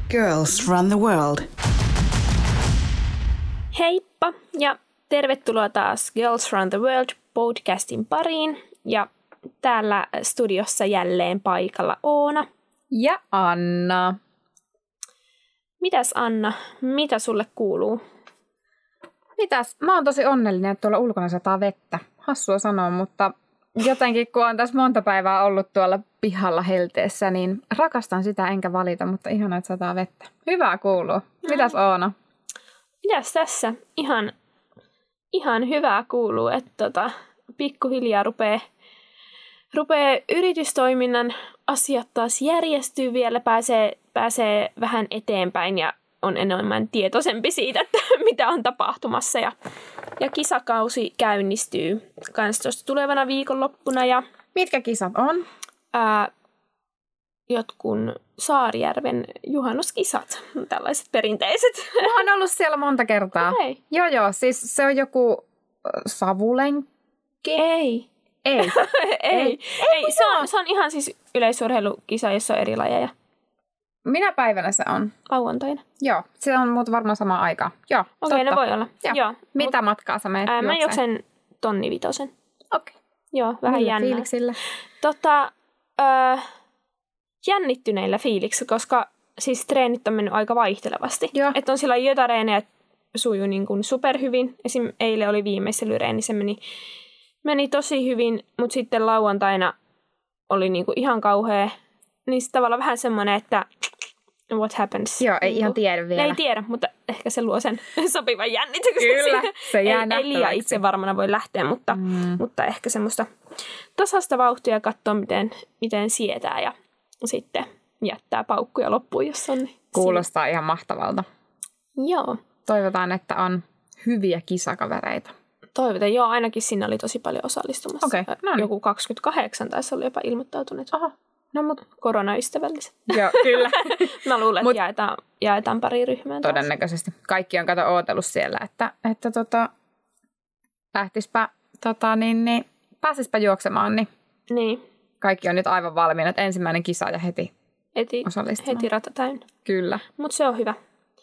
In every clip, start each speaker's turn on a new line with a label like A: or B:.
A: Girls run the world.
B: Heippa ja tervetuloa taas Girls Run the World podcastin pariin. Ja täällä studiossa jälleen paikalla Oona.
C: Ja Anna.
B: Mitäs Anna, mitä sulle kuuluu?
C: Mitäs? Mä oon tosi onnellinen, että tuolla ulkona sataa vettä. Hassua sanoa, mutta jotenkin kun on tässä monta päivää ollut tuolla pihalla helteessä, niin rakastan sitä enkä valita, mutta ihanaa, että sataa vettä. Hyvää kuuluu. Mitäs Oona?
B: Mitäs tässä? Ihan hyvää kuuluu, että pikkuhiljaa rupeaa yritystoiminnan asiat taas järjestyy vielä, pääsee vähän eteenpäin ja on enemmän tietoisempi siitä, että mitä on tapahtumassa. Ja kisakausi käynnistyy kans tuosta tulevana viikonloppuna. Ja,
C: mitkä kisat on?
B: Jotkun Saarijärven juhannuskisat, tällaiset perinteiset.
C: Mä oon ollut siellä monta kertaa.
B: Okay.
C: Joo, siis se on joku savulenkki?
B: Ei. Ei. Se on ihan siis yleisurheilukisa, jossa on eri lajeja.
C: Minä päivänä se on?
B: Lauantaina.
C: Joo, se on muuten varmaan sama aika. Joo,
B: Okei, no voi olla. Joo.
C: Mitä matkaa sä menet
B: Mä juoksen 1,5 tonnia.
C: Okei.
B: Joo, vähän
C: millä
B: jännää.
C: fiiliksillä?
B: Jännittyneillä fiiliksi, koska siis treenit on mennyt aika vaihtelevasti. Että on sillä jotain reenejä sujuu niin kuin superhyvin. Esim. Eilen oli viimeistelyreeni, se meni tosi hyvin, mutta sitten lauantaina oli niin kuin ihan kauhea. Niin se tavallaan vähän semmoinen, että what happens?
C: Joo, ei ihan tiedä vielä.
B: Ei tiedä, mutta ehkä se luo sen sopivan jännityksen.
C: Kyllä, se jää
B: ei liian itse varmana voi lähteä, mutta ehkä semmoista tasaista vauhtia katsoa, miten sietää ja sitten jättää paukkuja loppuun, jos on.
C: Kuulostaa siinä ihan mahtavalta.
B: Joo.
C: Toivotaan, että on hyviä kisakavereita.
B: Toivotaan, joo. Ainakin siinä oli tosi paljon osallistumassa.
C: Okei, no niin.
B: Joku 28 taisi olla jopa ilmoittautuneet.
C: Aha. No, mutta
B: koronaystävälliset.
C: Joo, kyllä.
B: Mä luulen, että jaetaan pari ryhmään.
C: Todennäköisesti. Kaikki on ootellut siellä, että lähtispä, pääsispä juoksemaan, niin kaikki on nyt aivan valmiina, että ensimmäinen kisa ja heti osallistumaan.
B: Heti rata täynnä.
C: Kyllä.
B: Mutta se on hyvä.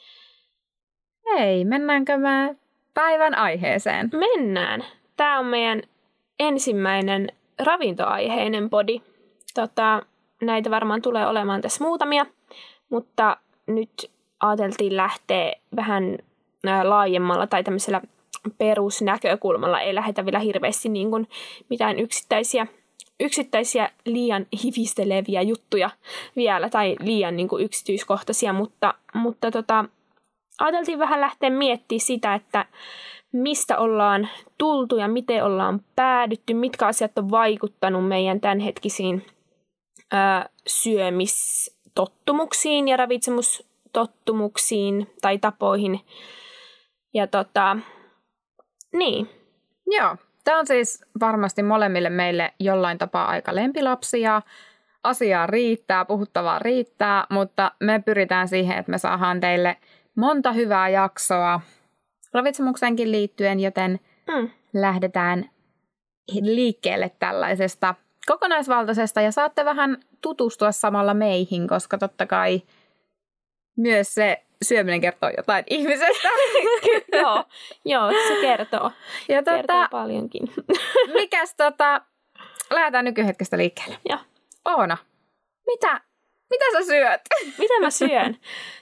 C: Hei, mennäänkö me päivän aiheeseen?
B: Mennään. Tämä on meidän ensimmäinen ravintoaiheinen podi. Näitä varmaan tulee olemaan tässä muutamia, mutta nyt ajateltiin lähteä vähän laajemmalla tai tämmöisellä perusnäkökulmalla. Ei lähdetä vielä hirveästi niin kuin mitään yksittäisiä liian hifisteleviä juttuja vielä tai liian niin kuin yksityiskohtaisia, mutta ajateltiin vähän lähteä miettimään sitä, että mistä ollaan tultu ja miten ollaan päädytty, mitkä asiat on vaikuttanut meidän tämänhetkisiin syömistottumuksiin ja ravitsemustottumuksiin tai tapoihin. Ja niin.
C: Joo, tämä on siis varmasti molemmille meille jollain tapaa aika lempilapsi ja asiaa riittää, puhuttavaa riittää, mutta me pyritään siihen, että me saadaan teille monta hyvää jaksoa ravitsemukseenkin liittyen, joten lähdetään liikkeelle tällaisesta kokonaisvaltaisesta ja saatte vähän tutustua samalla meihin, koska totta kai myös se syöminen kertoo jotain ihmisestä.
B: Joo, se kertoo.
C: Ja
B: kertoo paljonkin.
C: Mikäs lähdetään nykyhetkestä liikkeelle.
B: Joo.
C: Oona, mitä sä syöt?
B: Mitä mä syön?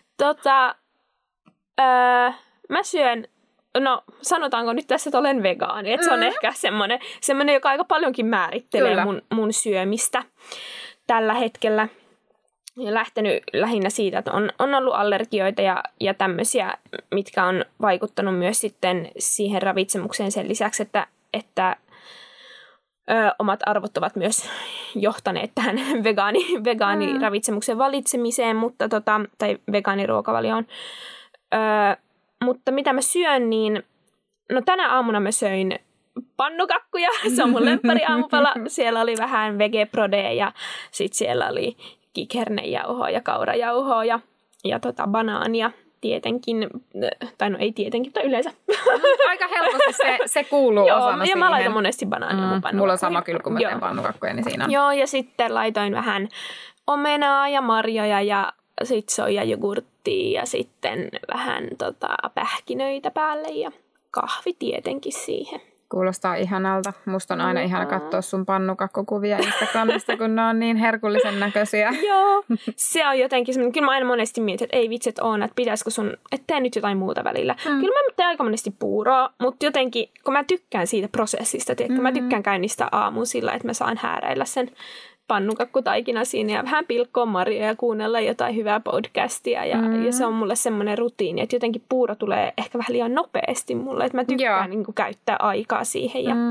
B: Mä syön, no sanotaanko nyt tässä, että olen vegaani. Että se on ehkä semmoinen, joka aika paljonkin määrittelee mun syömistä tällä hetkellä. Ja lähtenyt lähinnä siitä, että on ollut allergioita ja tämmöisiä, mitkä on vaikuttanut myös sitten siihen ravitsemukseen sen lisäksi, että omat arvot ovat myös johtaneet tähän vegaaniravitsemuksen valitsemiseen, tai vegaaniruokavalioon. Mutta mitä mä syön, niin no tänä aamuna mä söin pannukakkuja. Se on mun lemppari aamupala. Siellä oli vähän vegeprodeja ja sitten siellä oli kikernejauhoa ja kaurajauhoa ja banaania tietenkin. Tai no ei tietenkin, mutta yleensä.
C: Aika helposti se kuuluu osana siihen.
B: Mä laitan monesti banaania mun pannukakkuja.
C: Mulla on sama kyllä, kun mä teen pannukakkuja, niin siinä on.
B: Joo, ja sitten laitoin vähän omenaa ja marjoja ja sitten soijajogurttia bataattia ja sitten vähän pähkinöitä päälle ja kahvi tietenkin siihen.
C: Kuulostaa ihanalta. Musta on aina ihana katsoa sun pannukakkokuvia Instagramista, kun ne on niin herkullisen näköisiä.
B: Joo, se on jotenkin semmoinen, kyllä mä aina monesti mietin, että ei vitset on, että pitäisikö sun, että tee nyt jotain muuta välillä. Kyllä mä teen aika monesti puuroa, mutta jotenkin, kun mä tykkään siitä prosessista, tiedätkö, mä tykkään käynnistää aamun sillä, että mä saan hääräillä sen pannukakkutaikina siinä ja vähän pilkkoa marjoja ja kuunnella jotain hyvää podcastia. Ja se on mulle semmoinen rutiini, että jotenkin puuro tulee ehkä vähän liian nopeasti mulle, että mä tykkään niin kuin käyttää aikaa siihen. Ja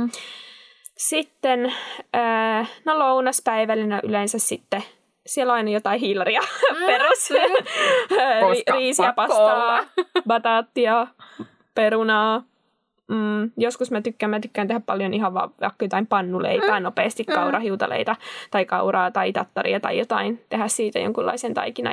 B: sitten lounaspäivällinen yleensä sitten, siellä on aina jotain hiilaria perus. Riisiä, pastaa, bataattia, perunaa. Joskus mä tykkään tehdä paljon ihan vaan vaikka jotain pannuleipää, nopeasti kaurahiutaleita tai kauraa tai tattaria tai jotain, tehdä siitä jonkunlaisen taikinan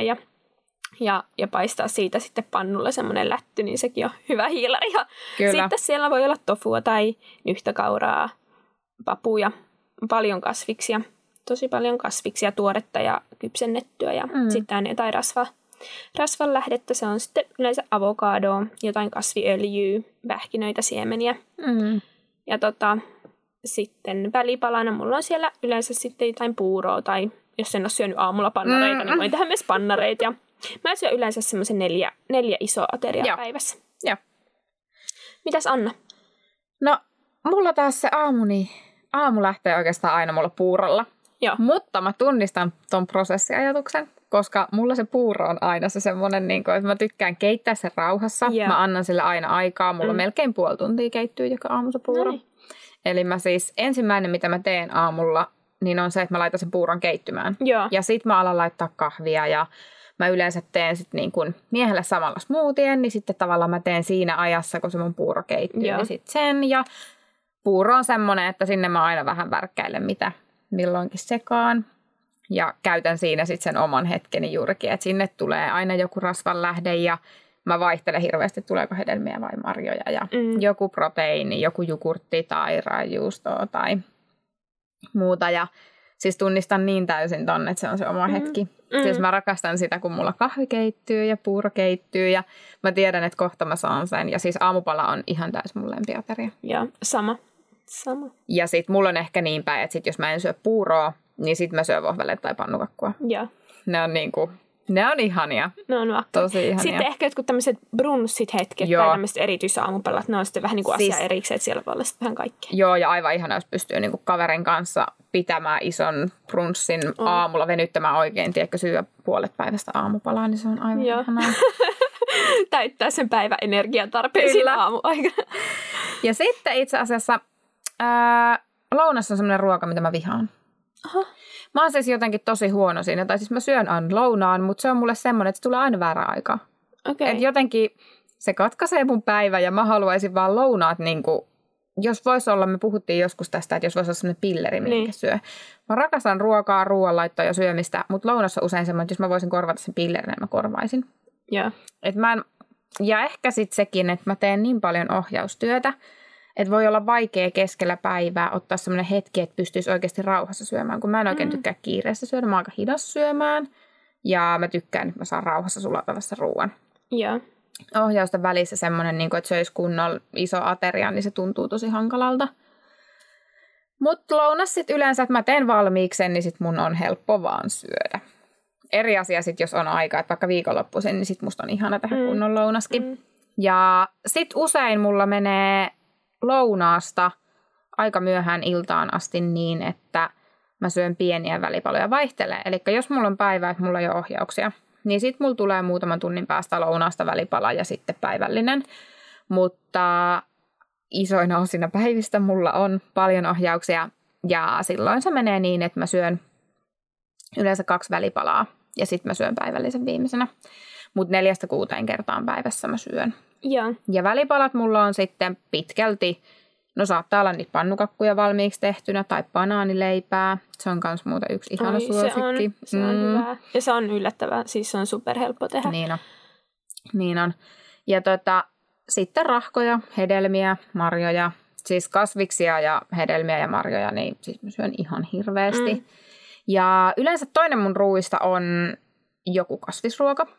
B: ja paistaa siitä sitten pannulla semmoinen lätty, niin sekin on hyvä hiilari. Ja sitten siellä voi olla tofua tai nyhtökauraa, papuja, paljon kasviksia, tosi paljon kasviksia, tuoretta ja kypsennettyä ja sitten jotain rasvan lähdettä, se on sitten yleensä avokadoa, jotain kasviöljyä, pähkinöitä, siemeniä. Ja sitten välipalana mulla on siellä yleensä sitten jotain puuroa tai jos en ole syönyt aamulla pannareita, niin voin tehdä myös pannareita. Ja mä syön yleensä semmoisen 4 isoa ateriaa päivässä.
C: Joo.
B: Mitäs Anna?
C: No, mulla taas se aamu lähtee oikeastaan aina mulla puurolla.
B: Joo.
C: Mutta mä tunnistan ton prosessiajatuksen, koska mulla se puuro on aina se semmoinen, niin että mä tykkään keittää sen rauhassa. Yeah. Mä annan sille aina aikaa. Mulla melkein puoli tuntia keittyy joka aamu se puuro. Noniin. Eli mä siis ensimmäinen, mitä mä teen aamulla, niin on se, että mä laitan sen puuron keittymään.
B: Yeah.
C: Ja sit mä alan laittaa kahvia ja mä yleensä teen sit niin kuin miehelle samalla smoothien, niin sitten tavallaan mä teen siinä ajassa, kun se mun puuro keittyy, niin sit sen. Ja puuro on semmoinen, että sinne mä aina vähän värkkäilen mitä milloinkin sekaan. Ja käytän siinä sitten sen oman hetkeni juurikin, että sinne tulee aina joku rasvan lähde ja mä vaihtelen hirveästi, tuleeko hedelmiä vai marjoja ja joku proteiini, joku jogurtti tai raajuustoa tai muuta. Ja siis tunnistan niin täysin tonne, että se on se oma hetki. Siis mä rakastan sitä, kun mulla kahvi keittyy ja puuro keittyy ja mä tiedän, että kohta mä saan sen. Ja siis aamupala on ihan täys mun lempiateria.
B: Joo, sama.
C: Ja sit mulla on ehkä niin päin, että sit jos mä en syö puuroa, niin sit mä syön vohveleita tai pannukakkua.
B: Joo.
C: Ne on ihania.
B: Ne on
C: tosi ihania.
B: Sitten ehkä jotkut tämmöiset brunssit hetket tai tämmöiset erityisaamupallat, ne on sitten vähän niin kuin asia erikseen, että siellä voi olla sitten vähän kaikkea.
C: Joo, ja aivan ihana, jos pystyy niin kuin kaverin kanssa pitämään ison brunssin aamulla, venyttämään oikein, tiedätkö, syödä puolet päivästä aamupalaa, niin se on aivan ihanaa.
B: Täyttää sen päivän energiatarpeisiin aamuaikana.
C: Ja sitten itse asiassa lounas on semmoinen ruoka, mitä mä vihaan.
B: Aha.
C: Mä oon siis jotenkin tosi huono siinä. Tai siis mä syön aina lounaan, mutta se on mulle semmoinen, että se tulee aina väärä aika.
B: Okay.
C: Että jotenkin se katkaisee mun päivän ja mä haluaisin vaan lounaat niinku, jos vois olla, me puhuttiin joskus tästä, että jos vois olla semmoinen pilleri, minkä syö. Mä rakastan ruokaa, ruoanlaittoa ja syömistä, mutta lounassa usein semmoinen, että jos mä voisin korvata sen pillerin, niin mä korvaisin.
B: Yeah.
C: Ja ehkä sitten sekin, että mä teen niin paljon ohjaustyötä, että voi olla vaikea keskellä päivää ottaa semmoinen hetki, että pystyisi oikeasti rauhassa syömään. Kun mä en oikein tykkää kiireessä syödä, mä oon aika hidas syömään. Ja mä tykkään, että mä saan rauhassa sulatella sen ruoan.
B: Yeah.
C: Ohjausten välissä semmoinen, että söisi kunnolla iso ateria, niin se tuntuu tosi hankalalta. Mutta lounas sitten yleensä, että mä teen valmiiksen, niin sit mun on helppo vaan syödä. Eri asia sitten, jos on aika, että vaikka viikonloppuisin, niin sit musta on ihana tehdä kunnon lounaskin. Ja sit usein mulla menee lounaasta aika myöhään iltaan asti niin, että mä syön pieniä välipaloja vaihtelee. Eli jos mulla on päivä, että mulla ei ole ohjauksia, niin sit mulla tulee muutaman tunnin päästä lounaasta välipala ja sitten päivällinen. Mutta isoina osina päivistä mulla on paljon ohjauksia ja silloin se menee niin, että mä syön yleensä 2 välipalaa ja sitten mä syön päivällisen viimeisenä. Mutta 4-6 kertaan päivässä mä syön. Ja välipalat mulla on sitten pitkälti, no saattaa olla niitä pannukakkuja valmiiksi tehtynä tai banaanileipää. Se on myös muuta yksi ihana suosikki.
B: Se on hyvä. Ja se on yllättävää, siis se on superhelppo tehdä.
C: Niin on. Ja sitten rahkoja, hedelmiä, marjoja, siis kasviksia ja hedelmiä ja marjoja, niin siis mä syön ihan hirveästi. Ja yleensä toinen mun ruuista on joku kasvisruoka.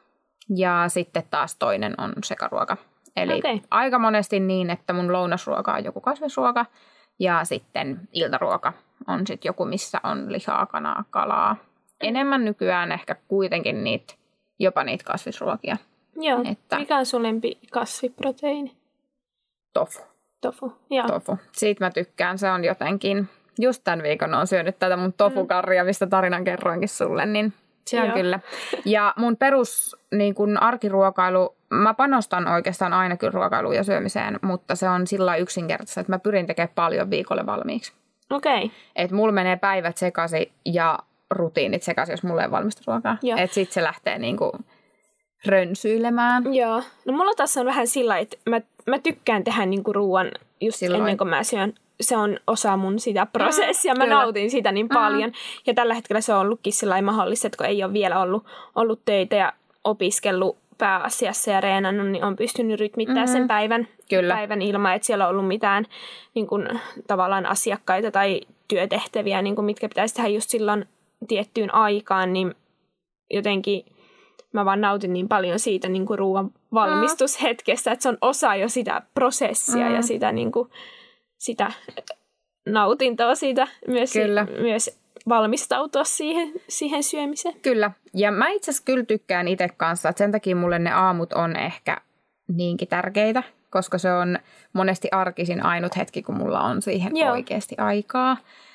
C: ja sitten taas toinen on sekaruoka. Eli aika monesti niin, että mun lounasruoka on joku kasvisruoka ja sitten iltaruoka on sitten joku, missä on lihaa, kanaa, kalaa. Enemmän nykyään ehkä kuitenkin jopa niitä kasvisruokia.
B: Joo. Mikä on sun lempi kasviproteiini?
C: Tofu.
B: Joo.
C: Tofu. Siitä mä tykkään. Se on jotenkin, just tämän viikon on syönyt tätä mun tofukarria, mistä tarinan kerroinkin sulle, niin se on kyllä. Ja mun perus niin kun arkiruokailu, mä panostan oikeastaan aina kyllä ruokailuun ja syömiseen, mutta se on sillä yksinkertaisesti, että mä pyrin tekemään paljon viikolle valmiiksi.
B: Okei.
C: Että mulla menee päivät sekaisin ja rutiinit sekaisin, jos mulla ei valmista ruokaa. Että sit se lähtee niinku rönsyilemään.
B: Joo. No mulla taas on vähän sillä, että mä tykkään tehdä niinku ruoan just silloin, ennen kuin mä syön. Se on osa mun sitä prosessia. Mä nautin sitä niin paljon. Ja tällä hetkellä se on ollutkin sillä mahdollista, että kun ei ole vielä ollut töitä ja opiskellut pääasiassa ja reenannut, niin on pystynyt rytmittämään sen päivän ilman, että siellä on ollut mitään niin kuin, tavallaan asiakkaita tai työtehtäviä, niin kuin, mitkä pitäisi tehdä just silloin tiettyyn aikaan, niin jotenkin mä vaan nautin niin paljon siitä niin kuin ruoan valmistushetkestä, että se on osa jo sitä prosessia ja sitä, niin kuin, sitä nautintoa siitä myös valmistautua siihen syömiseen.
C: Kyllä. Ja mä itse asiassa kyllä tykkään itse kanssa, että sen takia mulle ne aamut on ehkä niinkin tärkeitä, koska se on monesti arkisin ainut hetki, kun mulla on siihen oikeasti aikaa.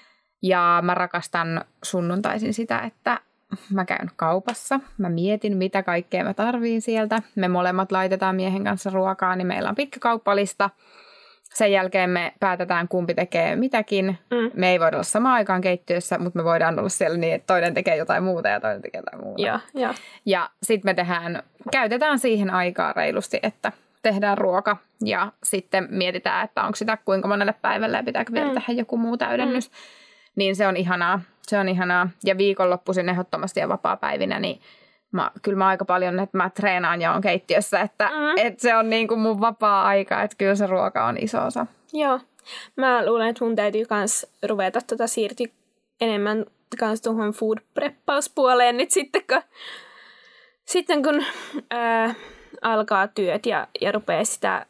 C: Ja mä rakastan sunnuntaisin sitä, että mä käyn kaupassa, mä mietin, mitä kaikkea mä tarviin sieltä. Me molemmat laitetaan miehen kanssa ruokaa, niin meillä on pitkä kauppalista. Sen jälkeen me päätetään, kumpi tekee mitäkin. Me ei voida olla samaan aikaan keittiössä, mutta me voidaan olla siellä niin, että toinen tekee jotain muuta ja toinen tekee jotain muuta. Ja sitten me käytetään siihen aikaa reilusti, että tehdään ruoka ja sitten mietitään, että onko sitä kuinka monelle päivälle ja pitääkö vielä tehdä joku muu täydennys. Niin se on ihanaa. Se on ihanaa. Ja viikonloppuisin ehdottomasti ja vapaapäivinä, niin kyllä mä aika paljon, että mä treenaan ja on keittiössä, että se on niin kuin mun vapaa-aika, että kyllä se ruoka on iso osa.
B: Joo. Mä luulen, että mun täytyy kans ruveta siirtyä enemmän kans tuohon food preppauspuoleen nyt sitten kun alkaa työt ja rupeaa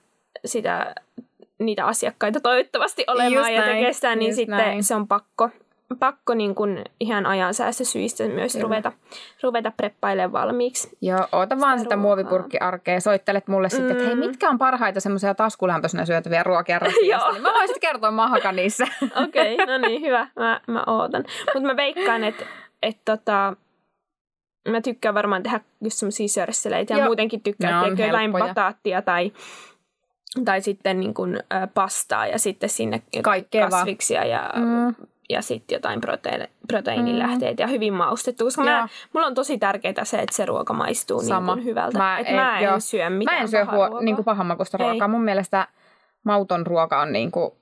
B: niitä asiakkaita toivottavasti olemaan ja tekee sitä, niin sitten näin. Se on pakko niin kuin ihan ajansäästösyistä myös ruveta preppailemaan valmiiksi.
C: Joo, oota vaan sitä muovipurkkiarkea. Soittelet mulle sitten, että hei, mitkä on parhaita semmoisia taskulämpöisenä syötäviä ruokia Rasiasta, niin mä voisin kertoa mahaka niissä.
B: Okei, no niin, hyvä. Mä ootan. Mutta mä veikkaan, että mä tykkään varmaan tehdä just semmosia sörsseleitä ja muutenkin tykkään tehdä jotain bataattia tai sitten niin kuin pastaa ja sitten sinne kasviksia ja sitten jotain proteiinilähteitä ja hyvin maustettu. Koska mulla on tosi tärkeää se, että se ruoka maistuu niin kuin hyvältä. Mä en syö mitään
C: niin kuin pahanmakuista ruokaa. Mun mielestä mauton ruoka on niin kuin,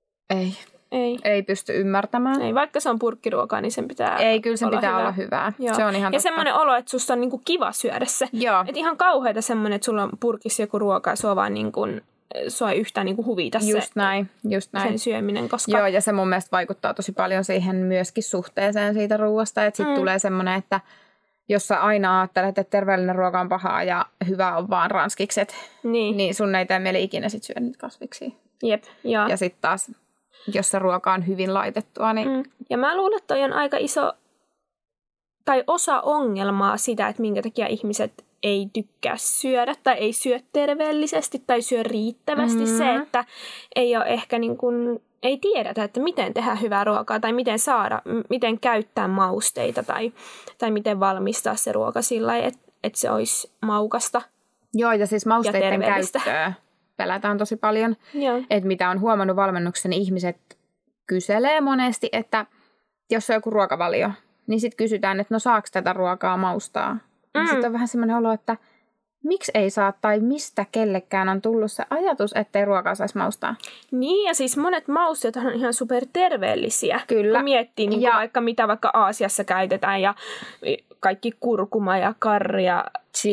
C: ei pysty ymmärtämään.
B: Ei, vaikka se on purkkiruokaa, niin sen pitää
C: kyllä sen pitää olla hyvää.
B: Se on ihan ja semmoinen olo, että susta on niin kuin kiva syödä se. Että ihan kauheita semmoinen, että sulla on purkissa joku ruoka ja sua vaan niin kuin sua ei yhtään niin kuin huvita
C: just näin.
B: Sen syöminen. Koska
C: joo, ja se mun mielestä vaikuttaa tosi paljon siihen myöskin suhteeseen siitä ruoasta. Että sitten tulee semmoinen, että jos sä aina ajattelet, että terveellinen ruoka on pahaa ja hyvä on vaan ranskikset, niin sun ei tee mieli ikinä sit syödä niitä kasviksia.
B: Jep, joo.
C: Ja sitten taas, jos se ruoka on hyvin laitettua, niin
B: ja mä luulen, että toi on aika iso tai osa ongelmaa sitä, että minkä takia ihmiset ei tykkää syödä tai ei syö terveellisesti tai syö riittävästi. Se, että ei ole ehkä niin kuin, ei tiedetä, että miten tehdä hyvää ruokaa tai miten käyttää mausteita tai miten valmistaa se ruoka sillä lailla, että se olisi maukasta.
C: Joo, ja siis mausteiden käyttöä pelätään tosi paljon. Että mitä on huomannut valmennuksessa, niin ihmiset kyselee monesti, että jos on joku ruokavalio, niin sitten kysytään, että no saako tätä ruokaa maustaa? Sitten on vähän semmoinen olo, että miksi ei saa tai mistä kellekään on tullut se ajatus, ettei ruokaa saisi maustaa.
B: Niin, ja siis monet mausteet on ihan superterveellisiä.
C: Kyllä.
B: Kun miettii niin vaikka mitä vaikka Aasiassa käytetään ja kaikki kurkuma ja karri ja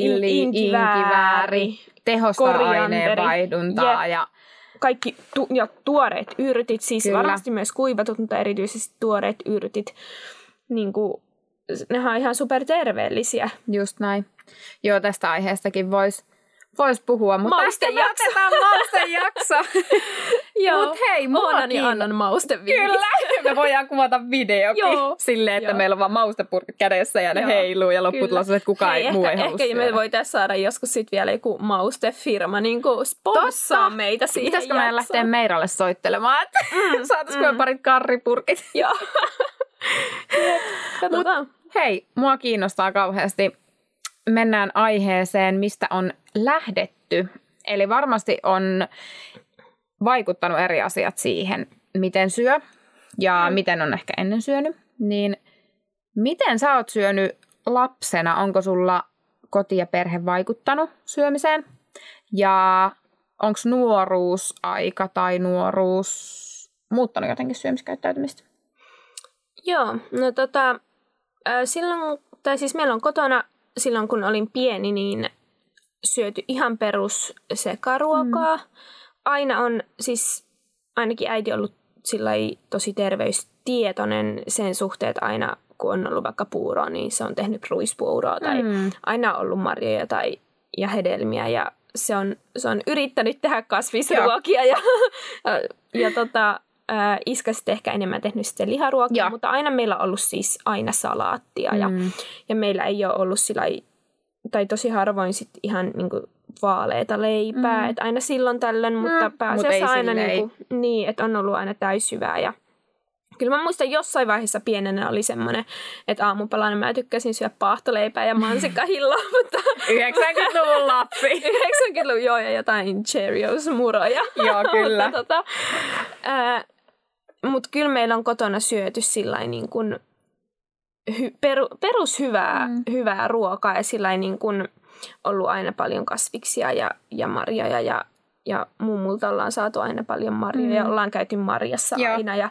C: inkivääri, tehostaa aineenvaihduntaa ja
B: kaikki ja tuoreet yrtit, siis varmasti myös kuivatut, mutta erityisesti tuoreet yrtit niin kuin ne on ihan superterveellisiä.
C: Just näin. Joo, tästä aiheestakin vois puhua, mutta
B: Maustejakso.
C: otetaan maustejakso.
B: Joo,
C: Mut hei,
B: Oonan ja Annan maustevinkit.
C: Kyllä, me voidaan kuvata videokin silleen, että meillä on vaan maustepurkit kädessä ja ne heiluu ja lopputulos, että kukaan muu ei halua
B: Ehkä me voitaisiin saada joskus sit vielä joku maustefirma niin sponssaa meitä siihen
C: Pitäisikö meidän lähteä Meiralle soittelemaan, että saataisiko me parit karripurkit?
B: Joo. Katsotaan.
C: Hei, mua kiinnostaa kauheasti. Mennään aiheeseen, mistä on lähdetty. Eli varmasti on vaikuttanut eri asiat siihen, miten syö ja miten on ehkä ennen syönyt. Niin miten sä oot syönyt lapsena? Onko sulla koti ja perhe vaikuttanut syömiseen? Ja onko nuoruusaika tai nuoruus muuttanut jotenkin syömiskäyttäytymistä?
B: Joo, no silloin, tai siis meillä on kotona silloin kun olin pieni, niin syöty ihan perus sekaruokaa. Aina on, siis ainakin äiti ollut sillai tosi terveystietoinen sen suhteen, että aina kun on ollut vaikka puuroa, niin se on tehnyt ruispuuroa tai aina on ollut marjoja ja hedelmiä ja se on yrittänyt tehdä kasvisruokia ja iskä sitten ehkä enemmän tehnyt sitten liharuokia, mutta aina meillä on ollut siis aina salaattia ja meillä ei ole ollut sillai, tai tosi harvoin sitten ihan niinku vaaleita leipää, että aina silloin tällöin, mutta pääasiassa aina niin, että on ollut aina täysjyvää ja kyllä mä muistan jossain vaiheessa pienenä oli semmoinen, että aamupalana mä tykkäsin syödä paahtoleipää ja mansikkahilloa, mutta
C: 90-luvun lapsi.
B: 90-luvun, joo, ja jotain Cheerios-muroja.
C: Joo, kyllä.
B: Mutta kyllä meillä on kotona syöty sillain niin kuin perushyvää ruokaa ja sillain niin kuin ollut aina paljon kasviksia ja marjoja ja mummulta ollaan saatu aina paljon marjoja ja ollaan käyty marjassa aina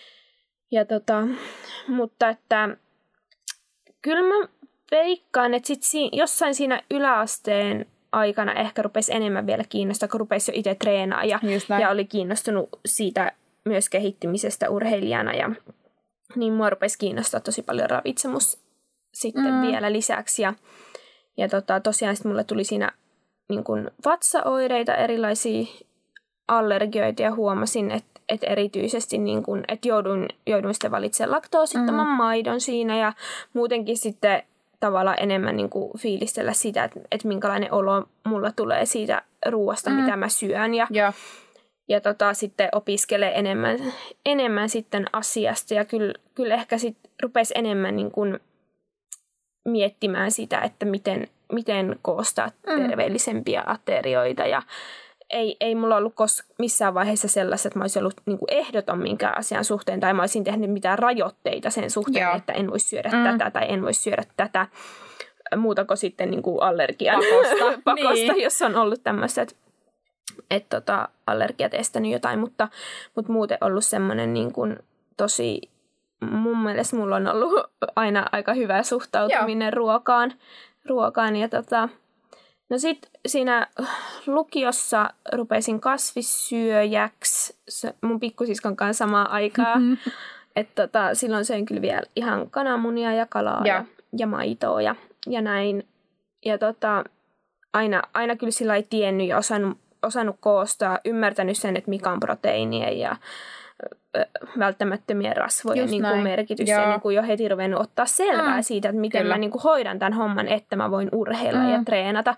B: mutta että kyllä mä veikkaan, että sit jossain siinä yläasteen aikana ehkä rupesi enemmän vielä kiinnostaa, kun rupesi jo itse treenaa ja oli kiinnostunut siitä myös kehittymisestä urheilijana ja niin mua rupesi kiinnostaa tosi paljon ravitsemus sitten vielä lisäksi ja tosiaan sitten mulle tuli siinä niin kun vatsaoireita, erilaisia allergioita ja huomasin, että erityisesti niin kun, että jouduin sitten valitsemaan laktoosittoman maidon siinä ja muutenkin sitten tavallaan enemmän niin kuin fiilistellä sitä, että minkälainen olo mulla tulee siitä ruoasta, mitä mä syön ja sitten opiskelee enemmän sitten asiasta ja kyllä ehkä sitten rupesi enemmän niin kuin miettimään sitä, että miten koostaa terveellisempiä aterioita ja ei mulla ollut missään vaiheessa sellaista, että mä olisin ollut niin kuin ehdoton minkään asian suhteen tai mä olisin tehnyt mitään rajoitteita sen suhteen, että en voi syödä tätä tai en voi syödä tätä muuta kuin sitten niin kuin allergian pakosta, jos on ollut tämmöistä, että allergia testannut jotain, mutta muuten ollut semmoinen niin kuin tosi, mun mielestä mulla on ollut aina aika hyvä suhtautuminen ruokaan ja no sit siinä lukiossa rupesin kasvissyöjäksi mun pikkusiskon kanssa samaan aikaan. Että silloin söin kyllä vielä ihan kananmunia ja kalaa ja maitoa ja näin. Ja aina kyllä sillä ei tiennyt ja osannut koostaa, ymmärtänyt sen, että mikä on proteiinia ja välttämättömien rasvojen niin kuin merkitys ja niin kuin jo heti ruvennut ottaa selvää siitä, että miten mä niin kuin hoidan tämän homman, että mä voin urheilla ja treenata.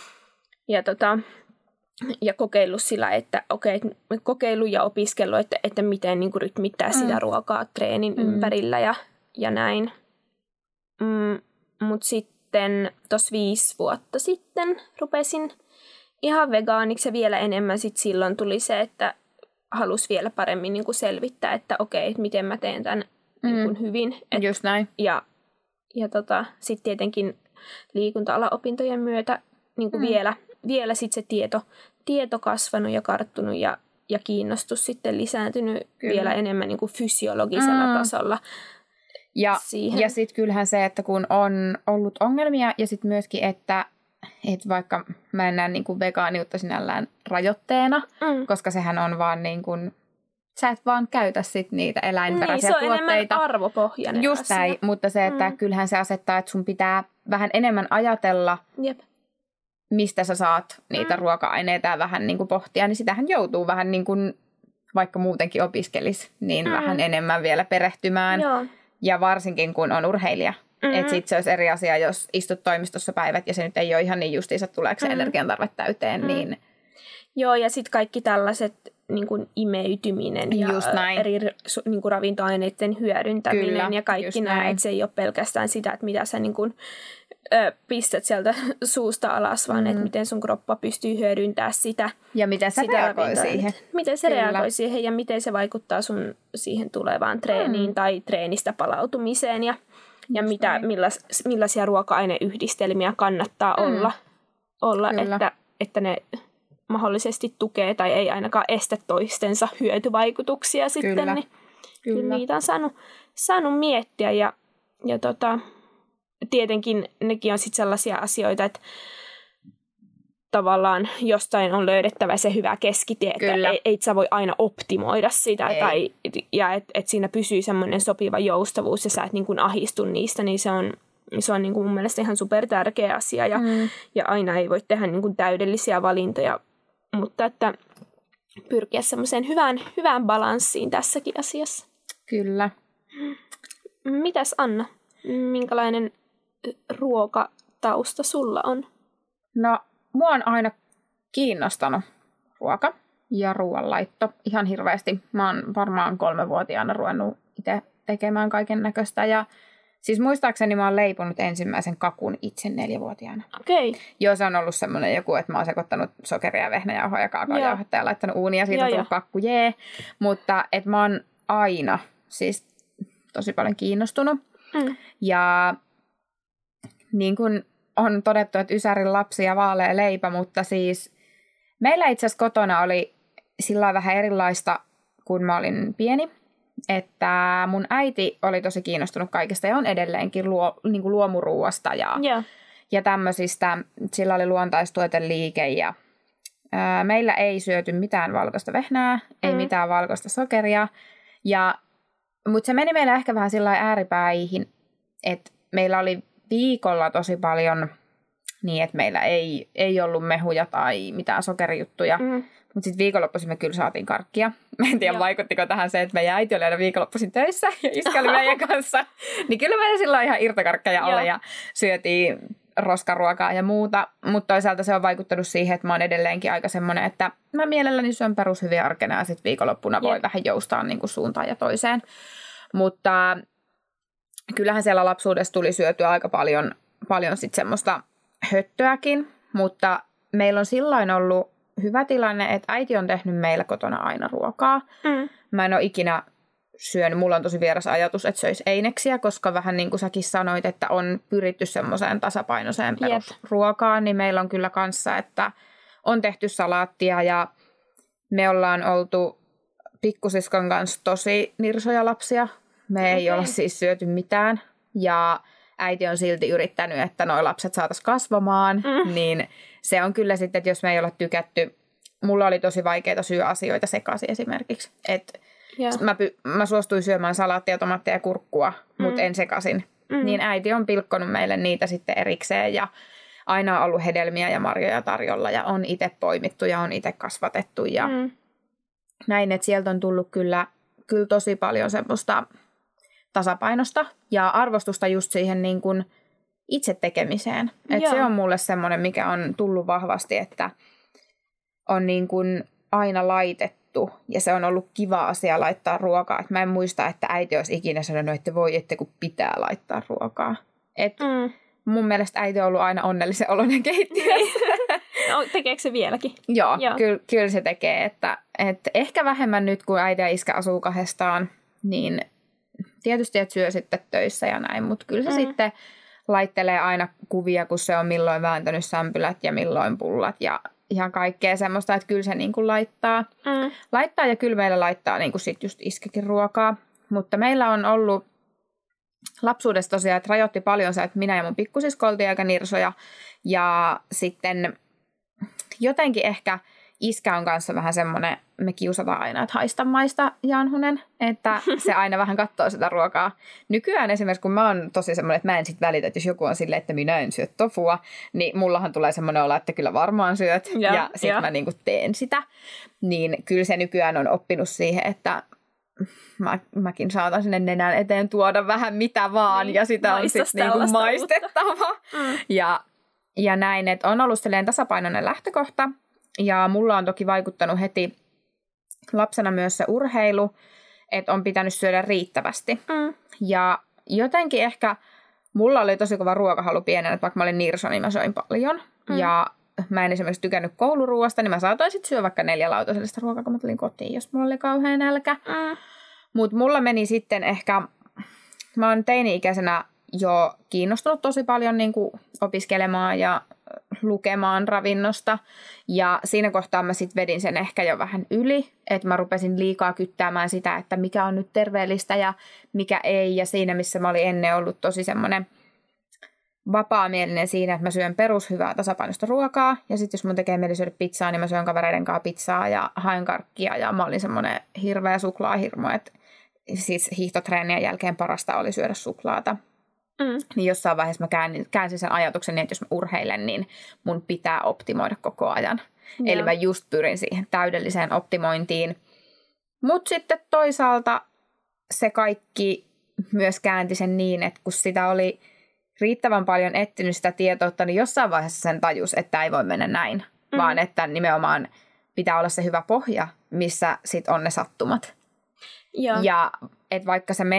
B: Ja kokeillut sillä, että kokeilu ja opiskellut, että miten niin kuin rytmittää sitä ruokaa treenin ympärillä ja näin. Mutta sitten tuossa 5 vuotta sitten rupesin ihan vegaaniksi ja vielä enemmän silloin tuli se, että halusi vielä paremmin niin kuin selvittää, että että miten mä teen tämän niin kuin hyvin.
C: Just näin.
B: Ja sitten tietenkin liikunta-alaopintojen myötä niin kuin vielä sitten se tieto kasvanut ja karttunut ja kiinnostus sitten lisääntynyt vielä enemmän niin kuin fysiologisella tasolla.
C: Ja sitten kyllähän se, että kun on ollut ongelmia ja sitten myöskin, että vaikka mä en näe niin kuin vegaaniutta sinällään rajoitteena, koska sehän on vaan niin kuin sä et vaan käytä sit niitä eläinperäisiä tuotteita.
B: Se on enemmän arvopohjainen
C: just
B: asia.
C: näin, mutta se, että kyllähän se asettaa, että sun pitää vähän enemmän ajatella, mistä sä saat niitä ruoka-aineita ja vähän niin kuin pohtia, niin sitähän joutuu vähän niin kuin, vaikka muutenkin opiskelisi, niin vähän enemmän vielä perehtymään.
B: Joo.
C: Ja varsinkin kun on urheilija. Että sit se olisi eri asia, jos istut toimistossa päivät ja se nyt ei ole ihan niin justiinsa, tuleeko se energiantarve täyteen. Niin...
B: Joo, ja sitten kaikki tällaiset niin kuin imeytyminen ja eri niin kuin ravintoaineiden hyödyntäminen kyllä, ja kaikki nämä. Että se ei ole pelkästään sitä, että mitä sä niin kuin, pistät sieltä suusta alas, vaan että miten sun kroppa pystyy hyödyntämään sitä.
C: Ja miten se reagoi siihen.
B: Miten se reagoi siihen ja miten se vaikuttaa sun siihen tulevaan treeniin tai treenistä palautumiseen ja millaisia ruoka-aineyhdistelmiä kannattaa olla että ne mahdollisesti tukee tai ei ainakaan estä toistensa hyötyvaikutuksia sitten.
C: Kyllä.
B: Niin kyllä niitä on saanut miettiä ja tietenkin nekin on sitten sellaisia asioita, että tavallaan jostain on löydettävä se hyvä keskitie, että ei sä voi aina optimoida sitä ja että siinä pysyy semmoinen sopiva joustavuus ja sä et niin kuin ahistu niistä, niin se on niin kuin mun mielestä ihan super tärkeä asia ja aina ei voi tehdä niin kuin täydellisiä valintoja, mutta että pyrkiä semmoiseen hyvään balanssiin tässäkin asiassa.
C: Kyllä.
B: Mitäs Anna, minkälainen ruokatausta sulla on?
C: No, mua on aina kiinnostanut ruoka ja ruoanlaitto ihan hirveästi. Mä oon varmaan 3-vuotiaana ruvennut itse tekemään kaiken näköistä. Ja siis muistaakseni mä oon leiponut ensimmäisen kakun itse 4-vuotiaana.
B: Okei.
C: Joo, se on ollut semmoinen joku, että mä oon sekoittanut sokeria, vehnäjauhoa ja kaakaojauhetta ja laittanut uuniin ja siitä on tullut kakku, Mutta et mä oon aina siis tosi paljon kiinnostunut. Ja niin kuin on todettu, että ysärin lapsi ja vaalea leipä, mutta siis meillä itse asiassa kotona oli sillä vähän erilaista, kun mä olin pieni, että mun äiti oli tosi kiinnostunut kaikesta ja on edelleenkin niin kuin luomuruuasta ja tämmöisistä. Sillä oli luontaistuoteliike ja meillä ei syöty mitään valkoista vehnää, ei mitään valkoista sokeria. Mutta se meni meillä ehkä vähän sillä ääripäihin, että meillä oli viikolla tosi paljon niin, että meillä ei ollut mehuja tai mitään sokerijuttuja. Mutta sitten viikonloppuisin me kyllä saatiin karkkia. Mä en tiedä, vaikuttiko tähän se, että meidän äiti oli aina viikonloppuisin töissä ja iskä oli meidän kanssa. Niin kyllä meillä silloin ihan irtokarkkeja oli ja syötiin roskaruokaa ja muuta. Mutta toisaalta se on vaikuttanut siihen, että mä oon edelleenkin aika semmoinen, että mä mielelläni syön perushyviä arkena ja sitten viikonloppuna voi vähän joustaa niin kuin suuntaan ja toiseen. Mutta kyllähän siellä lapsuudessa tuli syötyä aika paljon sit semmoista höttöäkin, mutta meillä on silloin ollut hyvä tilanne, että äiti on tehnyt meillä kotona aina ruokaa. Mä en ole ikinä syönyt, mulla on tosi vieras ajatus, että söisi eineksiä, koska vähän niin kuin säkin sanoit, että on pyritty semmoiseen tasapainoiseen perusruokaan, niin meillä on kyllä kanssa, että on tehty salaattia ja me ollaan oltu pikkusiskon kanssa tosi nirsoja lapsia. Me ei olla siis syöty mitään ja äiti on silti yrittänyt, että noi lapset saataisiin kasvamaan, niin se on kyllä sitten, että jos me ei olla tykätty, mulla oli tosi vaikeaa syödä asioita sekaisin esimerkiksi. Mä suostuin syömään salaattia, tomaattia ja kurkkua, mutta en sekaisin. Niin äiti on pilkkonut meille niitä sitten erikseen ja aina on ollut hedelmiä ja marjoja tarjolla ja on itse poimittu ja on itse kasvatettu ja näin, että sieltä on tullut kyllä tosi paljon semmoista tasapainosta ja arvostusta just siihen niin kuin itse tekemiseen. Että se on mulle semmoinen, mikä on tullut vahvasti, että on niin kuin aina laitettu ja se on ollut kiva asia laittaa ruokaa. Et mä en muista, että äiti olisi ikinä sanonut, että voi, että kun pitää laittaa ruokaa. Mun mielestä äiti on ollut aina onnellisen oloinen keittiössä.
B: No, tekeekö se vieläkin?
C: Joo. Kyllä se tekee. Että ehkä vähemmän nyt, kun äiti ja iskä asuu kahdestaan, niin tietysti, että syö sitten töissä ja näin, mutta kyllä se sitten laittelee aina kuvia, kun se on milloin vääntänyt sämpylät ja milloin pullat ja ihan kaikkea semmoista, että kyllä se niin kuin laittaa. Laittaa ja kyllä meillä laittaa niin kuin sit just iskäkin ruokaa, mutta meillä on ollut lapsuudessa tosiaan, että rajoitti paljon se, että minä ja mun pikkusisko oltiin aika nirsoja ja sitten jotenkin ehkä iskä on kanssa vähän semmoinen, me kiusataan aina, että haista maista Janhunen, että se aina vähän katsoo sitä ruokaa. Nykyään esimerkiksi, kun mä oon tosi semmoinen, että mä en sit välitä, että jos joku on silleen, että minä en syö tofua, niin mullahan tulee semmoinen olla, että kyllä varmaan syöt, ja sit mä niinku teen sitä. Niin kyllä se nykyään on oppinut siihen, että mäkin saatan sinne nenän eteen tuoda vähän mitä vaan, niin, ja sitä on sitten niinku maistettava. Ja näin, että on ollut tasapainoinen lähtökohta. Ja mulla on toki vaikuttanut heti lapsena myös se urheilu, että on pitänyt syödä riittävästi. Ja jotenkin ehkä mulla oli tosi kova ruokahalu pienenä, että vaikka mä olin nirso, niin mä söin paljon. Ja mä en esimerkiksi tykännyt kouluruoasta, niin mä saatoin sitten syödä vaikka 4 lautasellista ruokaa, kun mä tulin kotiin, jos mulla oli kauhean nälkä. Mutta mulla meni sitten ehkä, mä oon teini-ikäisenä jo kiinnostunut tosi paljon niin kuin opiskelemaan ja lukemaan ravinnosta. Ja siinä kohtaa mä sitten vedin sen ehkä jo vähän yli, että mä rupesin liikaa kyttäämään sitä, että mikä on nyt terveellistä ja mikä ei. Ja siinä, missä mä olin ennen ollut tosi semmoinen vapaamielinen siinä, että mä syön perushyvää tasapainoista ruokaa. Ja sitten jos mun tekee mieli syödä pizzaa, niin mä syön kavereiden kanssa pizzaa ja haen karkkia. Ja mä olin semmoinen hirveä suklaahirmo, että siis hiihtotreenien jälkeen parasta oli syödä suklaata. Niin jossain vaiheessa mä käänsin sen ajatuksen niin, että jos mä urheilen, niin mun pitää optimoida koko ajan. Joo. Eli mä just pyrin siihen täydelliseen optimointiin. Mutta sitten toisaalta se kaikki myös käänti sen niin, että kun sitä oli riittävän paljon etsinyt sitä tietoutta, niin jossain vaiheessa sen tajus, että ei voi mennä näin. Vaan että nimenomaan pitää olla se hyvä pohja, missä sit on ne sattumat. Joo. Ja että vaikka se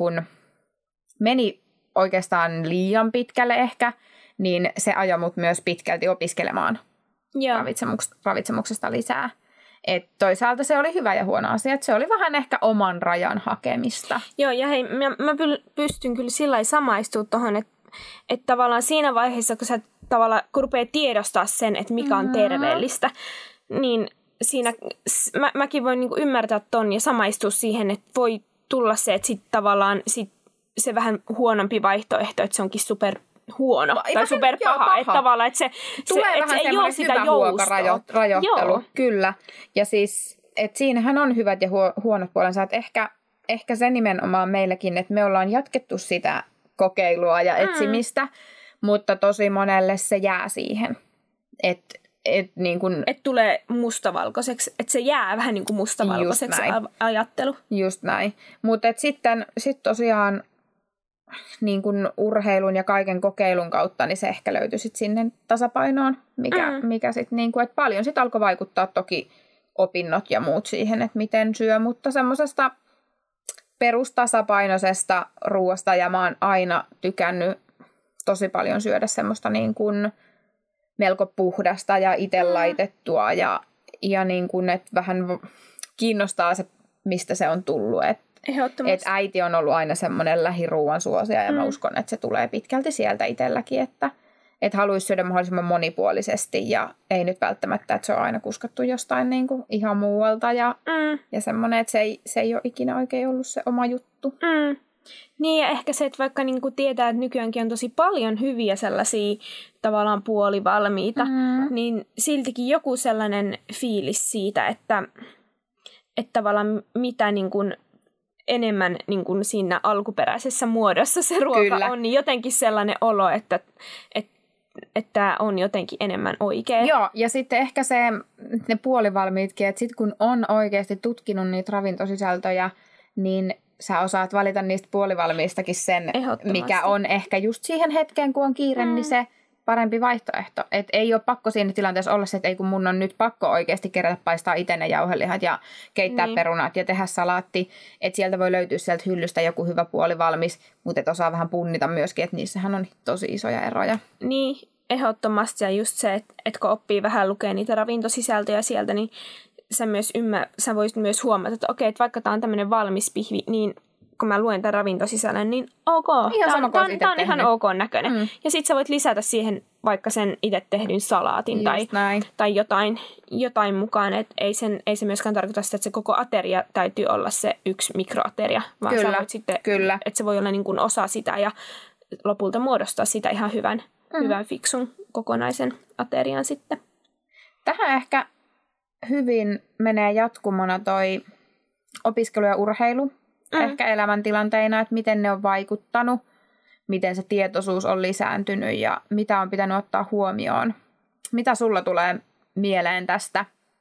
C: meni oikeastaan liian pitkälle niin se ajoi mut myös pitkälti opiskelemaan ravitsemuksesta lisää. Et toisaalta se oli hyvä ja huono asia, että se oli vähän ehkä oman rajan hakemista.
B: Joo, ja hei, mä pystyn kyllä sillä lailla samaistumaan tuohon, että tavallaan siinä vaiheessa, kun rupeaa tiedostaa sen, että mikä on terveellistä, niin siinä mäkin voin niinku ymmärtää ton ja samaistua siihen, että voi tulla se, että sitten tavallaan se vähän huonompi vaihtoehto, että se onkin super huono tai super paha. Että tavallaan, että se
C: vähän
B: ei ole sitä
C: rajoittelu. Kyllä. Ja siis, että siinähän on hyvät ja huonot puolensa. Että ehkä se nimenomaan meilläkin, että me ollaan jatkettu sitä kokeilua ja etsimistä, mutta tosi monelle se jää siihen. Että niin kun
B: et tulee mustavalkoiseksi, että se jää vähän niin kuin mustavalkoiseksi ajattelu.
C: Just näin. Mutta sitten tosiaan niin kun urheilun ja kaiken kokeilun kautta, niin se ehkä löytyi sit sinne tasapainoon, mikä sitten niin kuin, että paljon sitten alkoi vaikuttaa toki opinnot ja muut siihen, että miten syö, mutta semmoisesta perustasapainoisesta ruoasta, ja mä oon aina tykännyt tosi paljon syödä semmoista niin kuin melko puhdasta ja itse laitettua ja niin kuin, että vähän kiinnostaa se, mistä se on tullut. Että äiti on ollut aina semmoinen lähiruuan suosia ja mä uskon, että se tulee pitkälti sieltä itselläkin, että haluaisi syödä mahdollisimman monipuolisesti ja ei nyt välttämättä, että se on aina kuskattu jostain niin kuin ihan muualta ja semmoinen, että se ei ole ikinä oikein ollut se oma juttu.
B: Niin ja ehkä se, että vaikka niin kuin tietää, että nykyäänkin on tosi paljon hyviä sellaisia tavallaan puolivalmiita, niin siltikin joku sellainen fiilis siitä, että tavallaan mitä niin kuin enemmän niin kuin siinä alkuperäisessä muodossa se ruoka on, niin jotenkin sellainen olo, että on jotenkin enemmän oikea.
C: Joo, ja sitten ehkä ne puolivalmiitkin, että sitten kun on oikeasti tutkinut niitä ravintosisältöjä, niin sä osaat valita niistä puolivalmiistakin sen, mikä on ehkä just siihen hetkeen, kun on kiire, niin se parempi vaihtoehto. Että ei ole pakko siinä tilanteessa olla se, että ei kun mun on nyt pakko oikeasti kerätä paistaa itse ne jauhelihat ja keittää perunat ja tehdä salaatti. Että sieltä voi löytyä sieltä hyllystä joku hyvä puolivalmis, mutta et osaa vähän punnita myöskin, että niissähän on tosi isoja eroja.
B: Niin, ehdottomasti. Ja just se, että kun oppii vähän lukea niitä ravintosisältöjä sieltä, niin sä voisit myös huomata, että okei, että vaikka tää on tämmöinen valmis pihvi, niin kun mä luen tämän ravintosisällön, niin tää on ihan ok näköinen. Ja sit sä voit lisätä siihen vaikka sen itse tehdyn salaatin tai jotain mukaan. Et ei se myöskään tarkoita sitä, että se koko ateria täytyy olla se yksi mikroateria, vaan sä voit sitten, että se voi olla niin kuin osa sitä ja lopulta muodostaa sitä ihan hyvän fiksun kokonaisen aterian sitten.
C: Tähän ehkä hyvin menee jatkumona toi opiskelu ja urheilu, ehkä elämäntilanteina, että miten ne on vaikuttanut, miten se tietoisuus on lisääntynyt ja mitä on pitänyt ottaa huomioon. Mitä sulla tulee mieleen tästä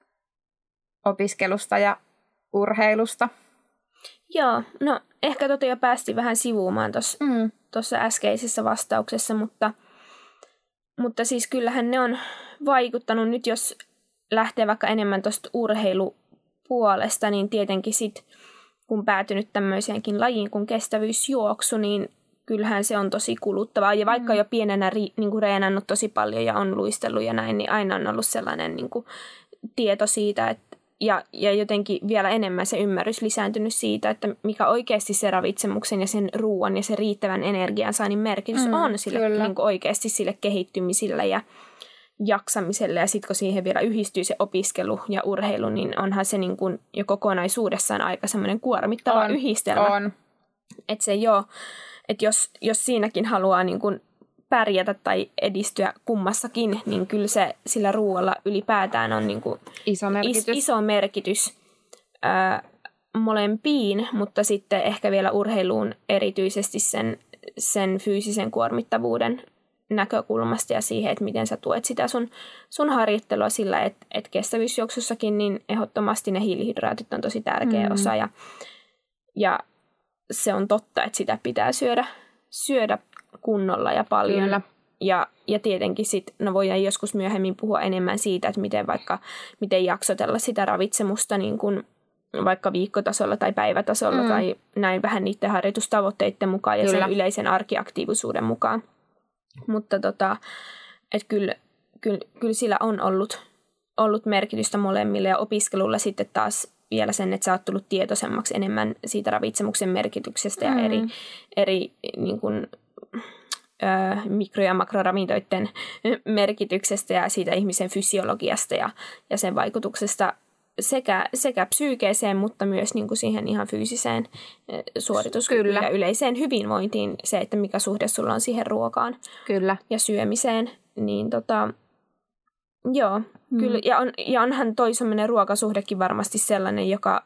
C: opiskelusta ja urheilusta?
B: Joo, no ehkä jo päästiin vähän sivuumaan tuossa äskeisessä vastauksessa, mutta siis kyllähän ne on vaikuttanut nyt, jos lähtee vaikka enemmän tuosta urheilupuolesta, niin tietenkin sit, kun päätynyt tämmöiseenkin lajiin kuin kestävyysjuoksu, niin kyllähän se on tosi kuluttavaa. Ja vaikka jo pienenä niin reenannut tosi paljon ja on luistellut ja näin, niin aina on ollut sellainen niin kuin tieto siitä, että ja jotenkin vielä enemmän se ymmärrys lisääntynyt siitä, että mikä oikeasti se ravitsemuksen ja sen ruoan ja sen riittävän energiansaannin merkitys on sille, niin kuin oikeasti sille kehittymiselle ja jaksamiselle. Ja sitten kun siihen vielä yhdistyy se opiskelu ja urheilu, niin onhan se niin kuin jo kokonaisuudessaan aika semmoinen kuormittava yhdistelmä.
C: On.
B: Että se että jos siinäkin haluaa niin kuin pärjätä tai edistyä kummassakin, niin kyllä se sillä ruoalla ylipäätään on niin kuin iso merkitys molempiin, mutta sitten ehkä vielä urheiluun erityisesti sen fyysisen kuormittavuuden näkökulmasta ja siihen, että miten sä tuet sitä sun harjoittelua sillä, että kestävyysjuoksussakin niin ehdottomasti ne hiilihydraatit on tosi tärkeä osa ja se on totta, että sitä pitää syödä kunnolla ja paljon.
C: Kyllä.
B: Ja tietenkin sitten, voidaan joskus myöhemmin puhua enemmän siitä, että miten jaksotella sitä ravitsemusta niin kuin vaikka viikkotasolla tai päivätasolla tai näin vähän niiden harjoitustavoitteiden mukaan ja sen yleisen arkiaktiivisuuden mukaan. Mutta että kyllä sillä on ollut merkitystä molemmille ja opiskelulla sitten taas vielä sen, että sä oot tullut tietoisemmaksi enemmän siitä ravitsemuksen merkityksestä ja eri niin kuin, mikro- ja makroravintoiden merkityksestä ja siitä ihmisen fysiologiasta ja sen vaikutuksesta sekä psyykeeseen, mutta myös niin kuin siihen ihan fyysiseen suorituskykyyn ja yleiseen hyvinvointiin se, että mikä suhde sulla on siihen ruokaan ja syömiseen. Niin joo, kyllä. Ja onhan toi semmoinen ruokasuhdekin varmasti sellainen, joka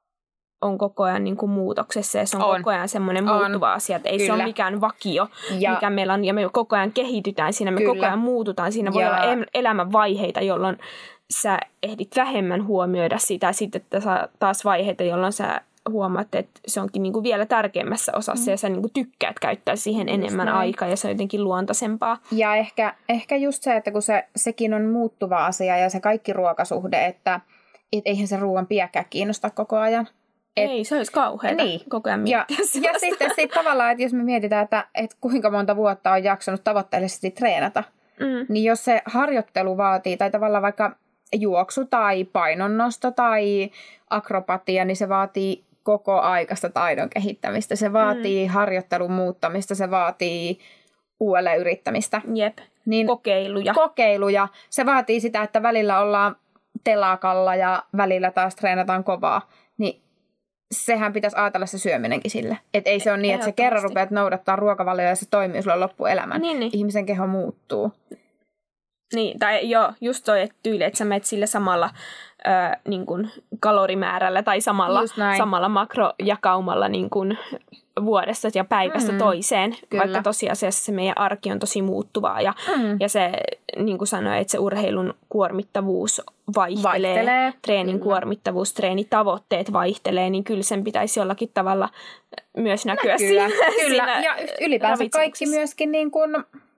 B: on koko ajan niin kuin muutoksessa ja se on koko ajan semmoinen muuttuva asia, että ei se ole mikään vakio, mikä meillä on ja me koko ajan kehitytään siinä, me koko ajan muututaan siinä. Voi olla elämänvaiheita, jolloin sä ehdit vähemmän huomioida sitä, sitten taas vaiheita, jolloin sä huomaat, että se onkin niin kuin vielä tärkeämmässä osassa ja sä niin kuin tykkäät käyttää siihen enemmän aikaa ja se on jotenkin luontaisempaa.
C: Ja ehkä just se, että kun sekin on muuttuva asia ja se kaikki ruokasuhde, että eihän se ruoan piäkään kiinnosta koko ajan.
B: Ei, se olisi kauheata koko ajan miettiä
C: ja sitten tavallaan, että jos me mietitään, että kuinka monta vuotta on jaksanut tavoitteellisesti treenata, niin jos se harjoittelu vaatii, tai tavallaan vaikka juoksu tai painonnosto tai akrobatia, niin se vaatii koko aikaista taidon kehittämistä. Se vaatii harjoittelun muuttamista, se vaatii uudelleen yrittämistä.
B: Jep,
C: niin kokeiluja. Se vaatii sitä, että välillä ollaan telakalla ja välillä taas treenataan kovaa. Niin sehän pitäisi ajatella se syöminenkin sille. Että ei se ole niin, että sä kerran rupeat noudattaa ruokavalioa ja se toimii sulle loppuelämän. Niin. Ihmisen keho muuttuu.
B: Niin, tai joo, just toi tyyli, että sä menet sillä samalla niin kuin kalorimäärällä tai samalla makrojakaumalla niin kuin vuodesta ja päivästä toiseen,
C: Kyllä.
B: vaikka tosiasiassa se meidän arki on tosi muuttuvaa ja se, niin kuin sanoin, että se urheilun kuormittavuus vaihtelee. Treenin kuormittavuus, treenitavoitteet vaihtelee, niin kyllä sen pitäisi jollakin tavalla myös näkyä siinä.
C: Kyllä, ja ylipäänsä kaikki myöskin niin kuin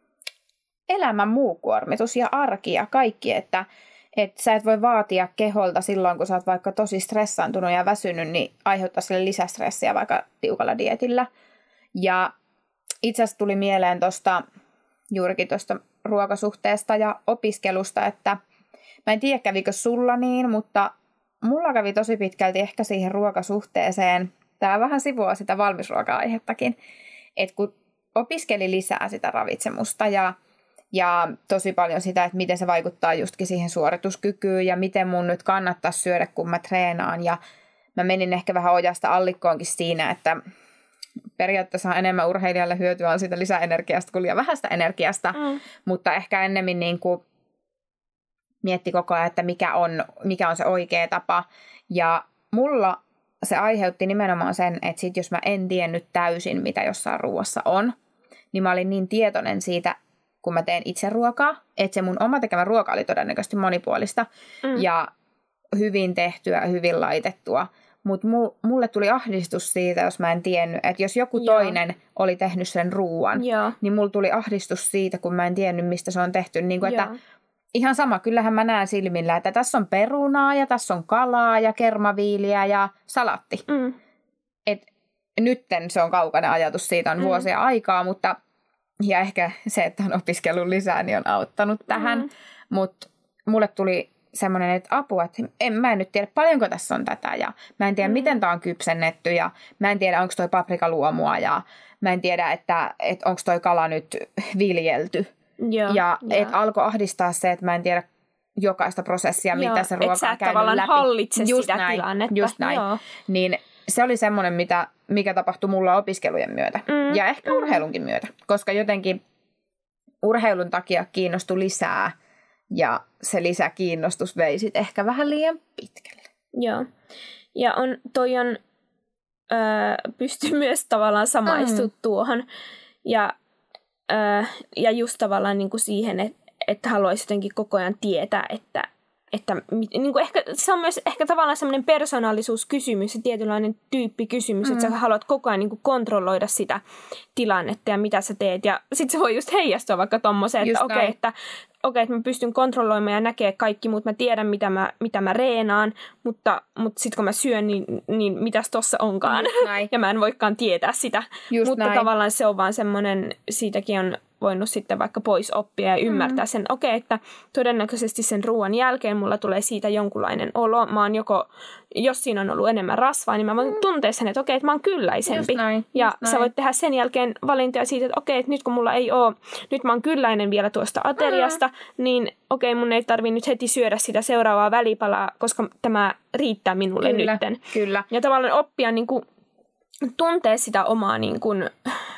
C: elämän muu kuormitus ja arki ja kaikki, että sä et voi vaatia keholta silloin, kun sä oot vaikka tosi stressaantunut ja väsynyt, niin aiheuttaa sille lisästressiä vaikka tiukalla dietillä. Ja itse asiassa tuli mieleen juurikin tuosta ruokasuhteesta ja opiskelusta, että mä en tiedä kävikö sulla niin, mutta mulla kävi tosi pitkälti ehkä siihen ruokasuhteeseen. Tää vähän sivuaa sitä valmisruoka-aihettakin, että kun opiskeli lisää sitä ravitsemusta ja tosi paljon sitä, että miten se vaikuttaa justkin siihen suorituskykyyn ja miten mun nyt kannattaisi syödä, kun mä treenaan. Ja mä menin ehkä vähän ojasta allikkoonkin siinä, että periaatteessa enemmän urheilijalle hyötyä on siitä lisäenergiasta kuin liian vähäistä energiasta, mutta ehkä ennemmin niin kuin mietti koko ajan, että mikä on se oikea tapa. Ja mulla se aiheutti nimenomaan sen, että sit jos mä en tiennyt täysin, mitä jossain ruuassa on, niin mä olin niin tietoinen siitä, kun mä teen itse ruokaa, että se mun oma tekemä ruoka oli todennäköisesti monipuolista ja hyvin tehtyä, hyvin laitettua. Mutta mulle tuli ahdistus siitä, jos mä en tiennyt, että jos joku toinen oli tehnyt sen ruuan, niin mulle tuli ahdistus siitä, kun mä en tiennyt, mistä se on tehty. Niin kuin, että ihan sama, kyllähän mä näen silmillä, että tässä on perunaa ja tässä on kalaa ja kermaviiliä ja salatti. Et nytten se on kaukainen ajatus, siitä on vuosia aikaa, mutta ja ehkä se, että on opiskellut lisää, niin on auttanut tähän. Mutta mulle tuli semmoinen, että apua, että mä en nyt tiedä, paljonko tässä on tätä ja mä en tiedä, miten tämä on kypsennetty ja mä en tiedä, onko toi paprikaluomua ja mä en tiedä, että onko toi kala nyt viljelty. Että alkoi ahdistaa se, että mä en tiedä jokaista prosessia, mitä se ruoka on käynyt läpi.
B: Hallitse sitä tilannetta.
C: Just näin. Niin se oli semmoinen, mikä tapahtui mulla opiskelujen myötä ja ehkä urheilunkin myötä, koska jotenkin urheilun takia kiinnostui lisää ja se lisäkiinnostus vei sit ehkä vähän liian pitkälle.
B: Joo. Ja pystyy myös tavallaan samaistumaan tuohon. Ja just tavallaan niin kuin siihen, että haluaisi jotenkin koko ajan tietää, että niin kuin ehkä, se on myös ehkä tavallaan semmoinen persoonallisuuskysymys ja tietynlainen tyyppikysymys, että sä haluat koko ajan niin kuin kontrolloida sitä tilannetta ja mitä sä teet. Ja sit se voi just heijastua vaikka tommoseen, että okei, että mä pystyn kontrolloimaan ja näkee kaikki, mutta mä tiedän, mitä mä reenaan, mutta sitten kun mä syön, niin mitäs tossa onkaan. Ja mä en voikaan tietää sitä. Mutta tavallaan se on vaan semmoinen, siitäkin on voinut sitten vaikka pois oppia ja ymmärtää sen, että todennäköisesti sen ruoan jälkeen mulla tulee siitä jonkunlainen olo. Mä oon jos siinä on ollut enemmän rasvaa, niin mä voin tuntea sen, että että mä oon kylläisempi. Sä voit tehdä sen jälkeen valintoja siitä, että että nyt kun mulla ei ole, nyt mä oon kylläinen vielä tuosta ateriasta, niin mun ei tarvitse nyt heti syödä sitä seuraavaa välipalaa, koska tämä riittää minulle nytten.
C: Kyllä.
B: Ja tavallaan oppia niin kuin, tuntee sitä omaa niin kuin,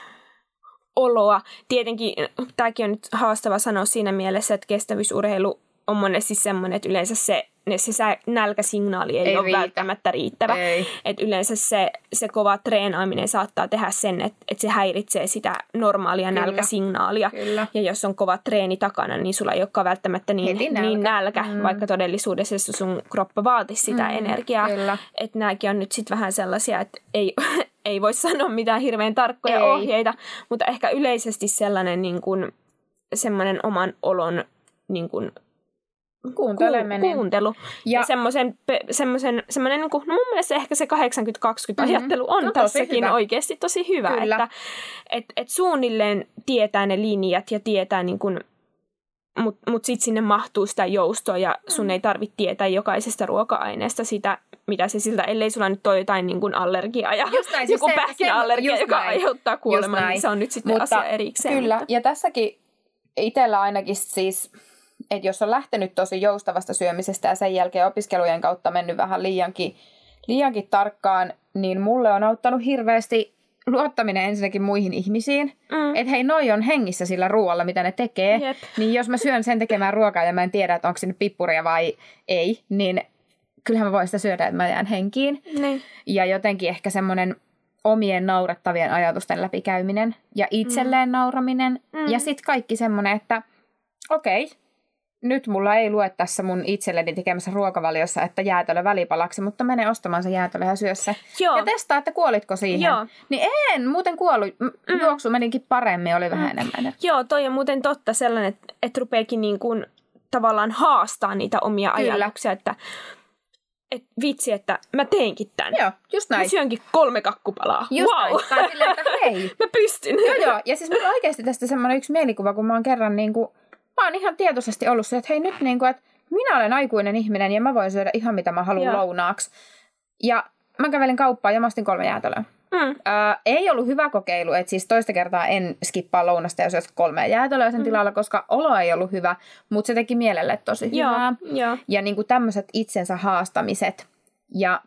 B: oloa. Tietenkin tämäkin on nyt haastava sanoa siinä mielessä, että kestävyysurheilu on monesti semmoinen, että yleensä se nälkäsignaali ei ole välttämättä riittävä. Että yleensä se kova treenaaminen saattaa tehdä sen, että se häiritsee sitä normaalia nälkäsignaalia. Kyllä. Ja jos on kova treeni takana, niin sulla ei olekaan välttämättä niin nälkä, vaikka todellisuudessa sun kroppa vaatisi sitä energiaa. Että nämäkin on nyt sitten vähän sellaisia, että ei voi sanoa mitään hirveän tarkkoja ohjeita, mutta ehkä yleisesti sellainen niin kuin, semmoinen oman olon niin kuin, kuuntelu. Ja semmoinen niin kuin, mun mielestä ehkä se 80-20 ajattelu on tässäkin oikeasti tosi hyvä. Että suunnilleen tietää ne linjat ja tietää, niin kuin, mutta sitten sinne mahtuu sitä joustoa ja sun ei tarvitse tietää jokaisesta ruoka-aineesta sitä, mitä se siltä, ellei sulla nyt ole jotain niin kuin allergiaa ja joku pähkinäallergia, joka aiheuttaa kuoleman, niin se on nyt sitten asia erikseen.
C: Kyllä, ja tässäkin itsellä ainakin siis, että jos on lähtenyt tosi joustavasta syömisestä ja sen jälkeen opiskelujen kautta mennyt vähän liiankin tarkkaan, niin mulle on auttanut hirveästi luottaminen ensinnäkin muihin ihmisiin. Että hei, noi on hengissä sillä ruoalla, mitä ne tekee. Jep. Niin jos mä syön sen tekemään ruokaa ja mä en tiedä, että onko sinne pippuria vai ei, niin kyllähän mä voin sitä syödä, että mä jään henkiin. Niin. Ja jotenkin ehkä semmoinen omien naurettavien ajatusten läpikäyminen ja itselleen nauraminen. Ja sitten kaikki semmoinen, että okei, nyt mulla ei lue tässä mun itselleni tekemässä ruokavaliossa, että jäätelö välipalaksi, mutta mene ostamaan se jäätelö ja syö se. Joo. Ja testaa, että kuolitko siihen. Joo. Niin en muuten kuollut. Juoksu menikin paremmin, oli vähän enemmän.
B: Joo, toi on muuten totta sellainen, että rupeekin niin kuin tavallaan haastaa niitä omia ajatuksia, että vitsi, että mä teenkin tän.
C: Joo, just näin.
B: Mä syönkin 3 kakkupalaa.
C: Just näin. Tai silleen, että hei.
B: Mä pystyn.
C: Joo. Ja siis mulla on oikeasti tästä semmoinen yksi mielikuva, kun mä oon kerran niinku, mä oon ihan tietoisesti ollut se, että hei nyt niinku, että minä olen aikuinen ihminen ja mä voin syödä ihan mitä mä haluan lounaaksi. Ja mä kävelin kauppaan ja mä ostin 3 jäätelöä. Ei ollut hyvä kokeilu, että siis toista kertaa en skippaa lounasta ja syö 3 jäätelöä sen tilalla, koska olo ei ollut hyvä, mutta se teki mielelle tosi hyvää. Ja niinku tämmöiset itsensä haastamiset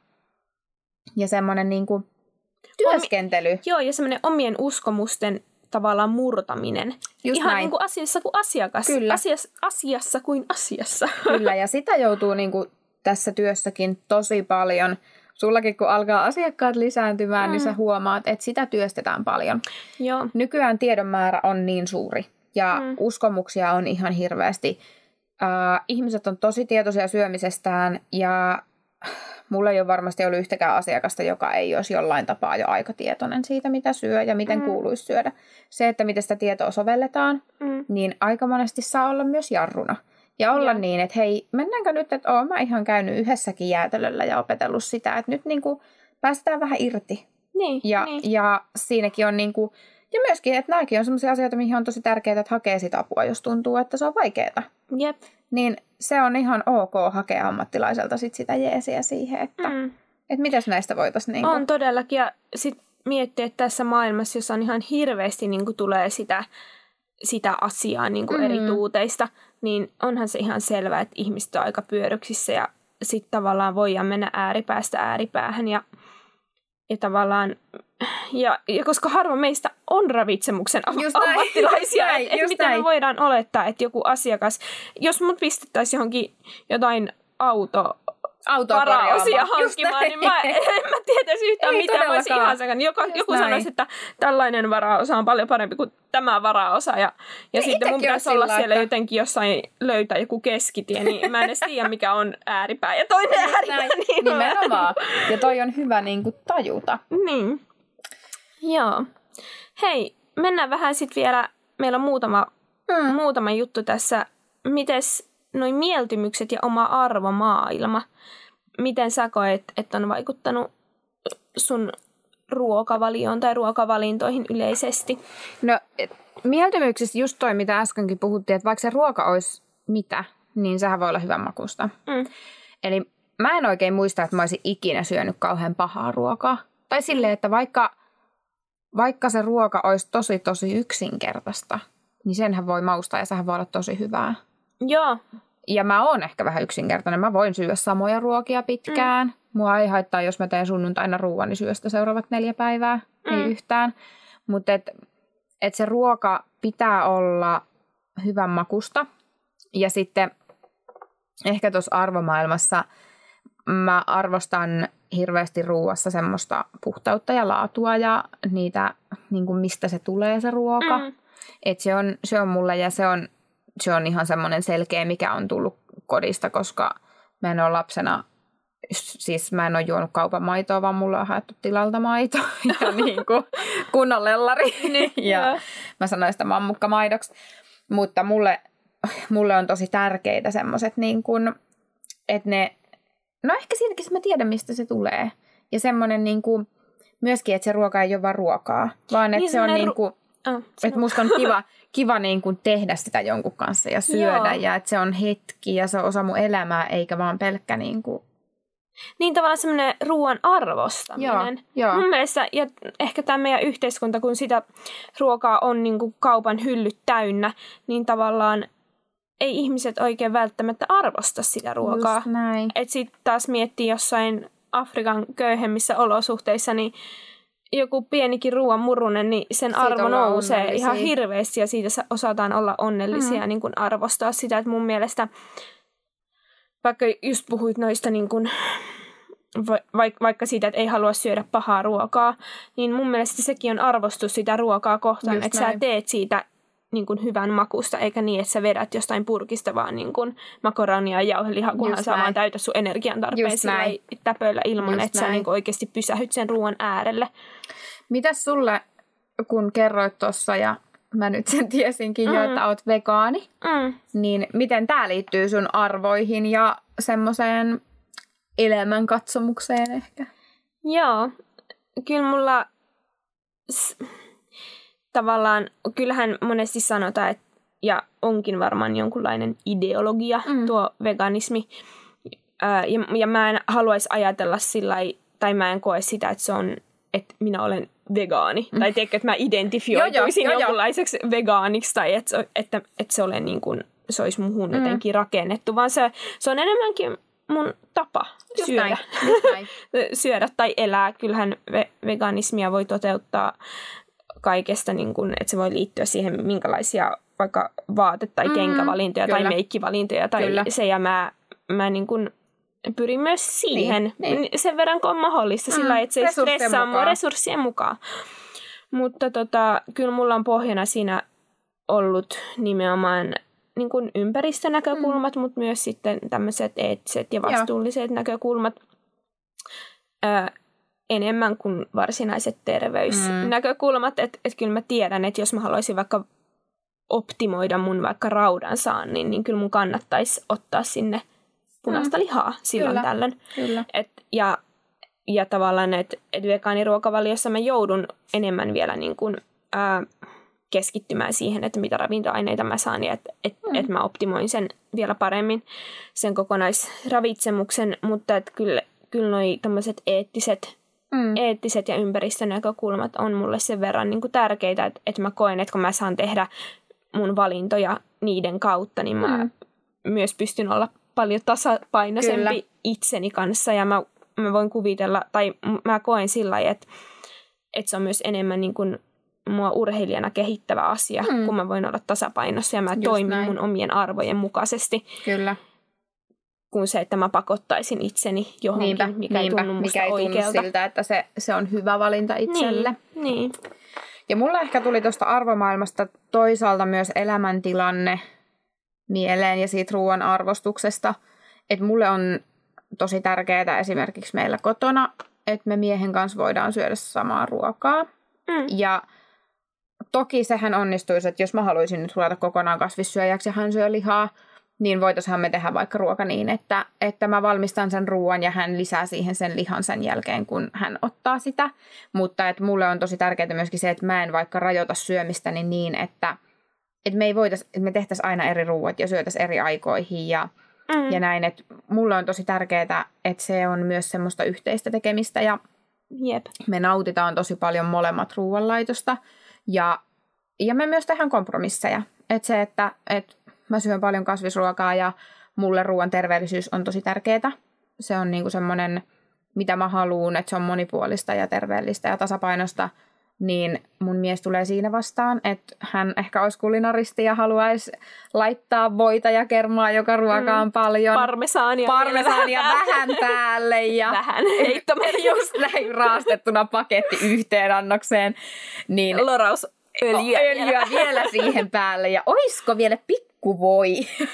C: ja semmoinen niinku työskentely.
B: Ja semmoinen omien uskomusten tavallaan murtaminen.
C: Just
B: ihan
C: näin.
B: niin kuin asiassa kuin asiakas.
C: Kyllä.
B: Asiassa kuin asiassa.
C: Kyllä, ja sitä joutuu niin kuin tässä työssäkin tosi paljon. Sullakin kun alkaa asiakkaat lisääntymään, niin sä huomaat, että sitä työstetään paljon.
B: Joo.
C: Nykyään tiedon määrä on niin suuri ja uskomuksia on ihan hirveästi. Ihmiset on tosi tietoisia syömisestään ja mulla ei ole varmasti ollut yhtäkään asiakasta, joka ei olisi jollain tapaa jo aika tietoinen siitä, mitä syö ja miten kuuluisi syödä. Se, että miten sitä tietoa sovelletaan, niin aika monesti saa olla myös jarruna. Ja olla niin, että hei, mennäänkö nyt, että oon mä ihan käynyt yhdessäkin jäätelöllä ja opetellut sitä, että nyt niin kuin päästään vähän irti.
B: Niin,
C: ja siinäkin on niin kuin, ja myöskin, että nämäkin on sellaisia asioita, mihin on tosi tärkeää, että hakee sitä apua, jos tuntuu, että se on vaikeaa.
B: Jep.
C: Niin se on ihan ok hakea ammattilaiselta sit sitä jeesiä siihen, että mitäs näistä voitaisiin niin kuin...
B: On todellakin, ja sitten miettiä, että tässä maailmassa, jossa on ihan hirveästi niin kuin tulee sitä asiaa niin kuin eri tuuteista, niin onhan se ihan selvää, että ihmiset on aika pyörryksissä ja sitten tavallaan voidaan mennä ääripäästä ääripäähän ja tavallaan, ja koska harva meistä on ravitsemuksen ammattilaisia, että miten me voidaan olettaa, että joku asiakas, jos mut pistettäisiin johonkin jotain varaosia hankkimaan, niin en mä tietäisi yhtään mitään. Mä olisin ihan sekaan. Joku sanoisi, että tällainen varaosa on paljon parempi kuin tämä varaosa. Ja sitten mun pitäisi olla siellä jotenkin jossain löytää joku keskitie, niin mä en edes tiedä, mikä on ääripää ja toinen ääripää. Niin
C: nimenomaan. Ja toi on hyvä niin kuin tajuta.
B: Niin. Joo. Hei, mennään vähän sitten vielä. Meillä on muutama juttu tässä. Mites noin mieltymykset ja oma arvomaailma. Miten sä koet, että on vaikuttanut sun ruokavalioon tai ruokavalintoihin yleisesti?
C: No mieltymyksistä just toi, mitä äskenkin puhuttiin, että vaikka se ruoka olisi mitä, niin sehän voi olla hyvän makusta. Eli mä en oikein muista, että mä olisin ikinä syönyt kauhean pahaa ruokaa. Tai silleen, että vaikka se ruoka olisi tosi tosi yksinkertaista, niin senhän voi maustaa ja sehän voi olla tosi hyvää.
B: Joo.
C: Ja mä oon ehkä vähän yksinkertainen. Mä voin syödä samoja ruokia pitkään. Mua ei haittaa, jos mä teen sunnuntaina ruuan, niin syö sitä seuraavat 4 päivää. Ei yhtään. Mutta et se ruoka pitää olla hyvän makusta. Ja sitten ehkä tuossa arvomaailmassa mä arvostan hirveästi ruuassa semmoista puhtautta ja laatua ja niitä, niin kuin mistä se tulee se ruoka. Et se on mulle ja se on ihan semmoinen selkeä, mikä on tullut kodista, koska mä en ole lapsena, siis mä en ole juonut kaupan maitoa, vaan mulla on haettu tilalta maito ja niin kuin kunnon lellari. Ja mä sanoin sitä mammukkamaidoksi. Mutta mulle on tosi tärkeitä semmoiset niin kuin, että ne, no ehkä siinäkin mä tiedän, mistä se tulee. Ja semmoinen niin kuin, myöskin, että se ruoka ei ole vaan ruokaa, vaan että niin se on niin kuin, että musta on kiva niin kuin tehdä sitä jonkun kanssa ja syödä. Ja että se on hetki ja se on osa mun elämää, eikä vaan pelkkä niin kuin...
B: Niin tavallaan semmoinen ruoan arvostaminen.
C: Joo.
B: Mun mielestä, ja ehkä tämä meidän yhteiskunta, kun sitä ruokaa on niin kuin kaupan hyllyt täynnä, niin tavallaan ei ihmiset oikein välttämättä arvosta sitä ruokaa.
C: Just näin.
B: Että sitten taas miettii jossain Afrikan köyhemmissä olosuhteissa, niin joku pienikin ruoan murunen, niin sen siitä arvo nousee ihan hirveästi ja siitä osataan olla onnellisia ja niin kuin arvostaa sitä. Että mun mielestä, vaikka just puhuit noista, niin kuin, vaikka siitä, että ei halua syödä pahaa ruokaa, niin mun mielestä sekin on arvostus sitä ruokaa kohtaan, just että näin. Sä teet siitä niin kuin hyvän makusta, eikä niin, että sä vedät jostain purkista vaan niin kuin makaronia ja jauhelihaa, kunhan sä vaan täytä sun energiantarpeen sillä täpöillä ilman, just että sä niin kuin oikeasti pysähyt sen ruoan äärelle.
C: Mitäs sulle, kun kerroit tuossa ja mä nyt sen tiesinkin jo, että oot vegaani, niin miten tää liittyy sun arvoihin ja semmoiseen elämänkatsomukseen ehkä?
B: Joo, kyllä mulla... Tavallaan, kyllähän monesti sanotaan, että, ja onkin varmaan jonkunlainen ideologia tuo veganismi. Ja mä en haluaisi ajatella sillai, tai mä en koe sitä, että se on, että minä olen vegaani. Tai tiedätkö, että mä identifioituisin jonkunlaiseksi vegaaniksi, tai että se ole niin kuin, se olisi muhun jotenkin rakennettu. Vaan se on enemmänkin mun tapa syödä. Syödä tai elää. Kyllähän veganismia voi toteuttaa kaikesta, niin kun, että se voi liittyä siihen, minkälaisia vaikka vaate- tai kenkävalintoja tai meikkivalintoja tai se, ja mä niin kun pyrin myös siihen sen verran, kun on mahdollista, sillä että se ei stressaa mua resurssien mukaan. Mutta kyllä mulla on pohjana siinä ollut nimenomaan niin kuin ympäristönäkökulmat, mutta myös sitten tämmöiset eettiset ja vastuulliset näkökulmat enemmän kuin varsinaiset terveysnäkökulmat. Että kyllä mä tiedän, että jos mä haluaisin vaikka optimoida mun vaikka raudan saannin, niin kyllä mun kannattaisi ottaa sinne punaista lihaa silloin tällöin.
C: Kyllä.
B: Ja tavallaan, että vegaaniruokavaliossa mä joudun enemmän vielä niin kuin, keskittymään siihen, että mitä ravintoaineita mä saan ja että mä optimoin sen vielä paremmin, sen kokonaisravitsemuksen, mutta että kyllä noi tämmöiset eettiset ja ympäristönäkökulmat on mulle sen verran niin kuin tärkeitä, että mä koen, että kun mä saan tehdä mun valintoja niiden kautta, niin mä myös pystyn olla paljon tasapainoisempi itseni kanssa ja mä voin kuvitella, tai mä koen sillä lailla, että se on myös enemmän niin kuin mua urheilijana kehittävä asia, kun mä voin olla tasapainossa ja mä toimin mun omien arvojen mukaisesti.
C: Kyllä.
B: Kuin se, että mä pakottaisin itseni johonkin, mikä ei tunnu musta oikealta.
C: Tunnu siltä, että se on hyvä valinta itselle.
B: Niin.
C: Ja mulla ehkä tuli tuosta arvomaailmasta toisaalta myös elämäntilanne mieleen ja siitä ruoan arvostuksesta. Että mulle on tosi tärkeää esimerkiksi meillä kotona, että me miehen kanssa voidaan syödä samaa ruokaa. Ja toki sehän onnistuisi, että jos mä haluaisin nyt ruveta kokonaan kasvissyöjäksi ja hän syö lihaa, niin voitaisiin me tehdä vaikka ruoka niin, että mä valmistan sen ruoan ja hän lisää siihen sen lihan sen jälkeen, kun hän ottaa sitä. Mutta että mulle on tosi tärkeää myöskin se, että mä en vaikka rajoita syömistäni niin, että me tehtäisiin aina eri ruuat ja syötäisiin eri aikoihin ja näin. Että mulle on tosi tärkeää, että se on myös semmoista yhteistä tekemistä ja me nautitaan tosi paljon molemmat ruoanlaitosta ja me myös tehdään kompromisseja. Että se, että mä syön paljon kasvisruokaa ja mulle ruoan terveellisyys on tosi tärkeää. Se on niinku semmoinen, mitä mä haluun, että se on monipuolista ja terveellistä ja tasapainosta. Niin mun mies tulee siinä vastaan, että hän ehkä olisi kulinaristi ja haluaisi laittaa voita ja kermaa joka ruokaan paljon.
B: Parmesaania
C: vähän päälle. Ja
B: vähän heittomalla.
C: Just näin raastettuna paketti yhteen annokseen. Niin
B: Lorausöljyä
C: vielä siihen päälle ja oisko vielä pikkuvoi.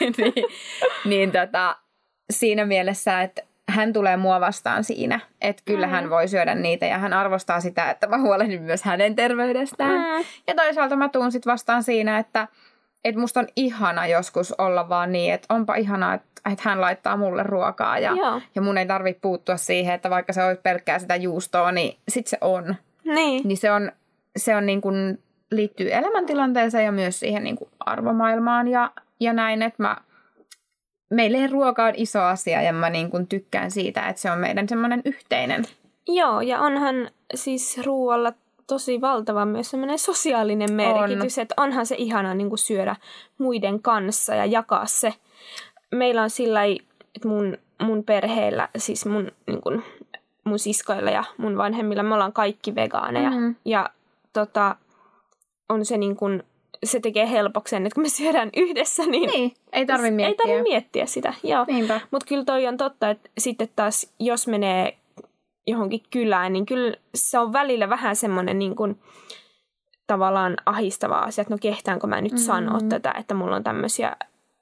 C: niin siinä mielessä, että hän tulee mua vastaan siinä, että kyllä hän voi syödä niitä ja hän arvostaa sitä, että mä huolehdin myös hänen terveydestään. Ja toisaalta mä tuun sit vastaan siinä, että musta on ihana joskus olla vaan niin, että onpa ihanaa, että hän laittaa mulle ruokaa ja mun ei tarvitse puuttua siihen, että vaikka se olisi pelkkää sitä juustoa, niin sit se on. Niin se on niin kuin liittyy elämäntilanteeseen ja myös siihen niin kuin arvomaailmaan ja näin, että meille ruoka on iso asia ja mä niin kuin tykkään siitä, että se on meidän semmoinen yhteinen.
B: Joo, ja onhan siis ruoalla tosi valtava myös semmoinen sosiaalinen merkitys, että onhan se ihanaa niin kuin syödä muiden kanssa ja jakaa se. Meillä on sillä lailla, että mun perheellä, siis mun siskoilla ja mun vanhemmilla, me ollaan kaikki vegaaneja. Ja on se niin kuin, se tekee helpoksi sen, että kun me syödään yhdessä, niin
C: ei tarvitse miettiä.
B: Ei tarvitse miettiä sitä, joo. Mutta kyllä toi on totta, että sitten taas, jos menee johonkin kylään, niin kyllä se on välillä vähän semmoinen niin kuin tavallaan ahistava asia, että no kehtäänkö mä nyt sanoa tätä, että mulla on tämmöisiä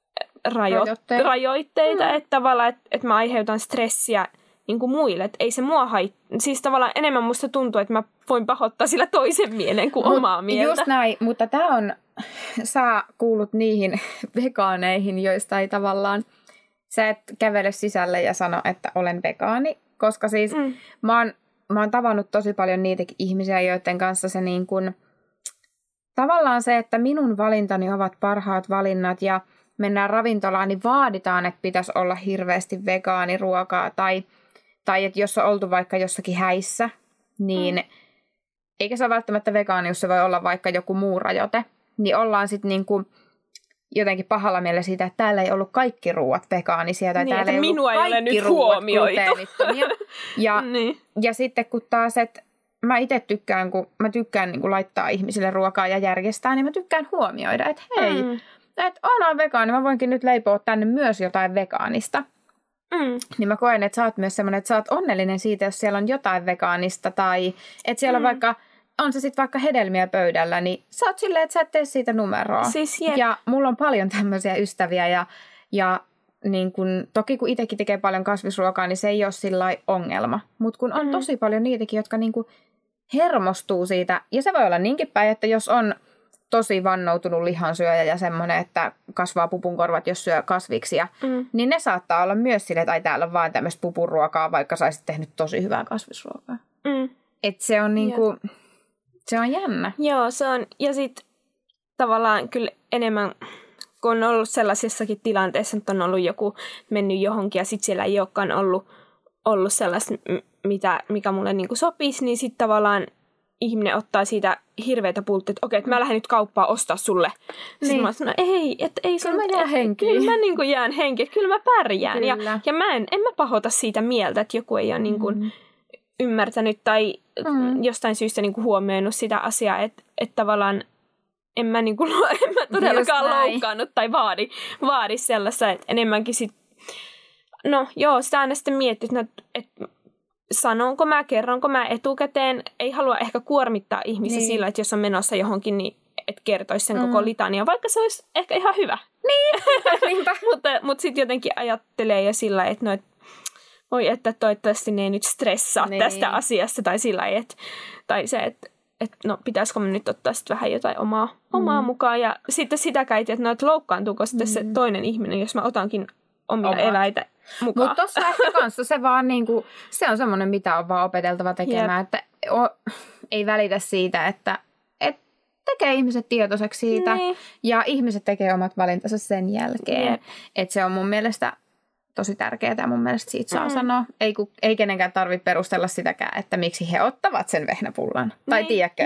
B: rajoitteita, että tavallaan, että mä aiheutan stressiä niin kuin muille, että ei se mua siis tavallaan enemmän musta tuntuu, että mä voin pahoittaa sillä toisen mielen kuin omaa mieltä.
C: Just näin, mutta tää on, sä kuulut niihin vegaaneihin, joista ei tavallaan, sä et kävele sisälle ja sano, että olen vegaani, koska siis mä oon tavannut tosi paljon niitäkin ihmisiä, joiden kanssa se niin kuin, tavallaan se, että minun valintani ovat parhaat valinnat ja mennään ravintolaan, niin vaaditaan, että pitäisi olla hirveästi vegaaniruokaa tai että jos on oltu vaikka jossakin häissä, niin eikä se ole välttämättä vegaanius, se voi olla vaikka joku muu rajoite, niin ollaan sitten niinku jotenkin pahalla mielellä siitä, että täällä ei ollut kaikki ruuat vegaanisia tai täällä ei ollut kaikki ruuat gluteenittomia. Ja sitten kun taas, että mä itse tykkään, kun mä tykkään niin kuin laittaa ihmisille ruokaa ja järjestää, niin mä tykkään huomioida, että hei, että olen vegaani, mä voinkin nyt leipoa tänne myös jotain vegaanista. Niin mä koen, että sä oot myös semmoinen, että sä oot onnellinen siitä, jos siellä on jotain vegaanista tai että siellä on vaikka, on se sitten vaikka hedelmiä pöydällä, niin sä oot silleen, että sä et tee siitä numeroa.
B: Siis,
C: ja mulla on paljon tämmöisiä ystäviä ja niin kun, toki kun itsekin tekee paljon kasvisruokaa, niin se ei ole sillai ongelma. Mutta kun on tosi paljon niitäkin, jotka niin kun hermostuu siitä, ja se voi olla niinkin päin, että jos on tosi vannoutunut lihansyöjä ja semmoinen, että kasvaa pupunkorvat, jos syö kasviksia, niin ne saattaa olla myös silleen, että ai täällä on vaan tämmöistä pupunruokaa, vaikka sä olisit tehnyt tosi hyvää kasvisruokaa. Että se on niinku, se on jännä.
B: Joo, se on. Ja sitten tavallaan kyllä enemmän, kun on ollut sellaisessakin tilanteessa, että on ollut joku mennyt johonkin ja sitten siellä ei olekaan ollut sellaista, mikä mulle niinku sopisi, niin sitten tavallaan ihminen ottaa siitä hirveitä pulttia, että okei, että mä lähden nyt kauppaan ostaa sulle. Niin. Sitten mä sanon, ei, että ei sun...
C: Kyllä mä jään henkiin.
B: Kyllä mä niinku jään henkiin, että kyllä mä pärjään. Ja en mä pahota siitä mieltä, että joku ei ole niinku ymmärtänyt tai jostain syystä niinku huomioinut sitä asiaa, että tavallaan en mä todellakaan loukkaannut tai vaadi sellaista, että enemmänkin sit... No joo, sitä aina sitten miettii, että sanonko mä, kerronko mä etukäteen. Ei halua ehkä kuormittaa ihmisiä sillä, että jos on menossa johonkin, niin et kertoisi sen koko litania, vaikka se olisi ehkä ihan hyvä.
C: Niin,
B: mutta sitten jotenkin ajattelee jo sillä, että no, voi että toivottavasti ne ei nyt stressaa tästä asiasta. Tai sillä että no pitäisikö me nyt ottaa sitten vähän jotain omaa mukaan. Ja sitten sitäkään, että no, loukkaantuuko sitten se toinen ihminen, jos mä otankin omia eväitä mukaan.
C: Mutta tuossa ehkä kanssa se vaan niinku, se on semmoinen, mitä on vaan opeteltava tekemään, että ei välitä siitä, että tekee ihmiset tietoiseksi siitä ja ihmiset tekee omat valintansa sen jälkeen. Että se on mun mielestä tosi tärkeää ja mun mielestä siitä saa sanoa. Ei kenenkään tarvitse perustella sitäkään, että miksi he ottavat sen vehnäpullan. Tai tiedätkö?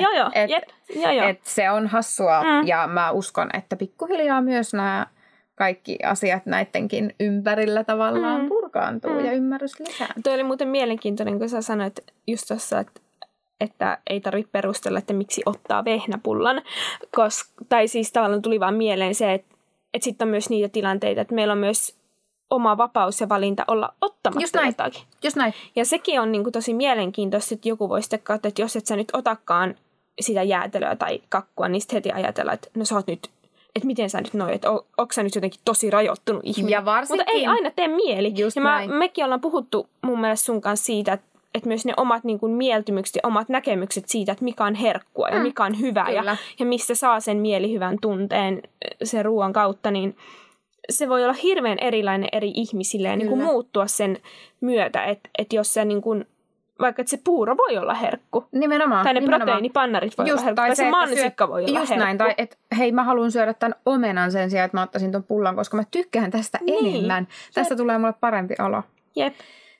C: Että se on hassua ja mä uskon, että pikkuhiljaa myös nämä kaikki asiat näidenkin ympärillä tavallaan purkaantuu ja ymmärrys lisääntyy.
B: Toi oli muuten mielenkiintoinen, kun sä sanoit just tuossa, että ei tarvitse perustella, että miksi ottaa vehnäpullan. Tai siis tavallaan tuli vaan mieleen se, että sitten on myös niitä tilanteita, että meillä on myös oma vapaus ja valinta olla ottamatta jotakin.
C: Just näin.
B: Ja sekin on niin kuin tosi mielenkiintoista, että joku voi sitten katsoa, että jos et sä nyt otakaan sitä jäätelöä tai kakkua, niin sitten heti ajatella, että no sä oot nyt, että miten sä nyt noin, että onko sä nyt jotenkin tosi rajoittunut ihminen.
C: Ja varsinkin.
B: Mutta ei aina tee mieli. Ja mekin ollaan puhuttu mun mielestä sun kanssa siitä, että myös ne omat niin kuin mieltymykset ja omat näkemykset siitä, että mikä on herkkua ja mikä on hyvä ja mistä saa sen mielihyvän tunteen sen ruoan kautta, niin se voi olla hirveän erilainen eri ihmisille ja niin kuin muuttua sen myötä, että jos se niin kuin, vaikka että se puuro voi olla herkku.
C: Nimenomaan.
B: Tai ne proteiinipannarit voi olla herkku. Tai se mansikka voi olla herkku.
C: Näin. Tai että hei, mä haluan syödä tämän omenan sen sijaan, että mä ottaisin ton pullan, koska mä tykkään tästä enemmän. Tästä tulee mulle parempi olo.
B: Jep.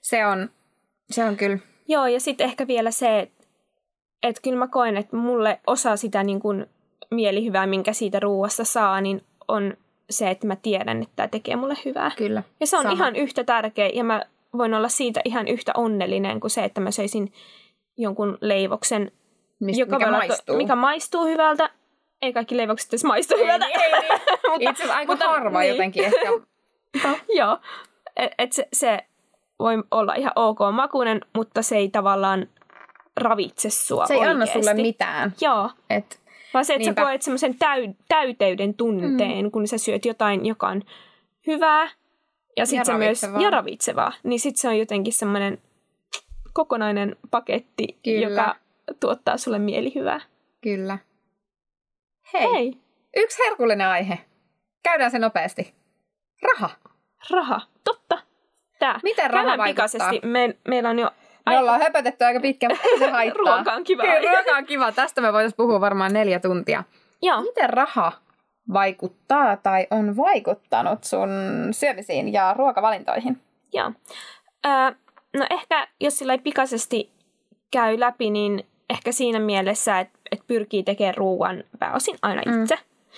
C: Se on kyllä.
B: Joo, ja sitten ehkä vielä se, että kyllä mä koen, että mulle osa sitä niin kuin mielihyvää, minkä siitä ruuasta saa, niin on se, että mä tiedän, että tämä tekee mulle hyvää.
C: Kyllä.
B: Ja se on ihan yhtä tärkeä, ja mä voin olla siitä ihan yhtä onnellinen kuin se, että mä söisin jonkun leivoksen, mikä maistuu hyvältä. Ei kaikki leivokset edes maistu hyvältä.
C: Niin. Itse asiassa aika harva jotenkin ehkä.
B: Joo, että se voi olla ihan ok makuinen, mutta se ei tavallaan ravitse sua
C: se ei
B: oikeasti.
C: anna sulle mitään.
B: Joo. Vaan se, että sä koet semmoisen täyteyden tunteen, kun sä syöt jotain, joka on hyvää ja sitten se myös ja ravitsevaa. Niin sitten se on jotenkin semmoinen kokonainen paketti, joka tuottaa sulle mielihyvää.
C: Kyllä. Hei. Yksi herkullinen aihe. Käydään se nopeasti. Raha.
B: Totta. Tää.
C: Miten raha vaikuttaa? Pikaisesti.
B: Meillä on jo...
C: Me ollaan höpötetty aika pitkään, mutta ei se haittaa.
B: Ruoka on kiva.
C: Kyllä, ruoka on kiva. Tästä me voitaisiin puhua varmaan 4 tuntia.
B: Joo.
C: Miten raha vaikuttaa tai on vaikuttanut sun syömisiin ja ruokavalintoihin?
B: Joo. No ehkä, jos sillä ei pikaisesti käy läpi, niin ehkä siinä mielessä, että pyrkii tekemään ruoan pääosin aina itse.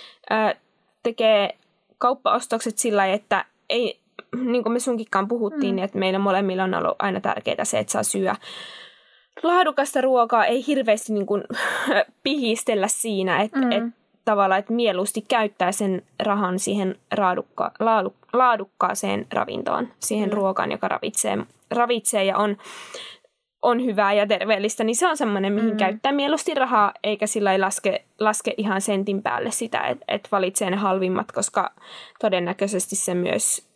B: Tekee kauppaostokset sillä lailla, että ei... Niin kuin me sunkinkaan puhuttiin, että meillä molemmilla on ollut aina tärkeää se, että saa syödä laadukasta ruokaa ei hirveästi niin kuin pihistellä siinä, että tavallaan, että mieluusti käyttää sen rahan siihen laadukkaaseen ravintoon, siihen ruokaan, joka ravitsee ja on hyvää ja terveellistä, niin se on semmoinen, mihin käyttää mieluusti rahaa, eikä sillä ei laske ihan sentin päälle sitä, että valitsee ne halvimmat, koska todennäköisesti se myös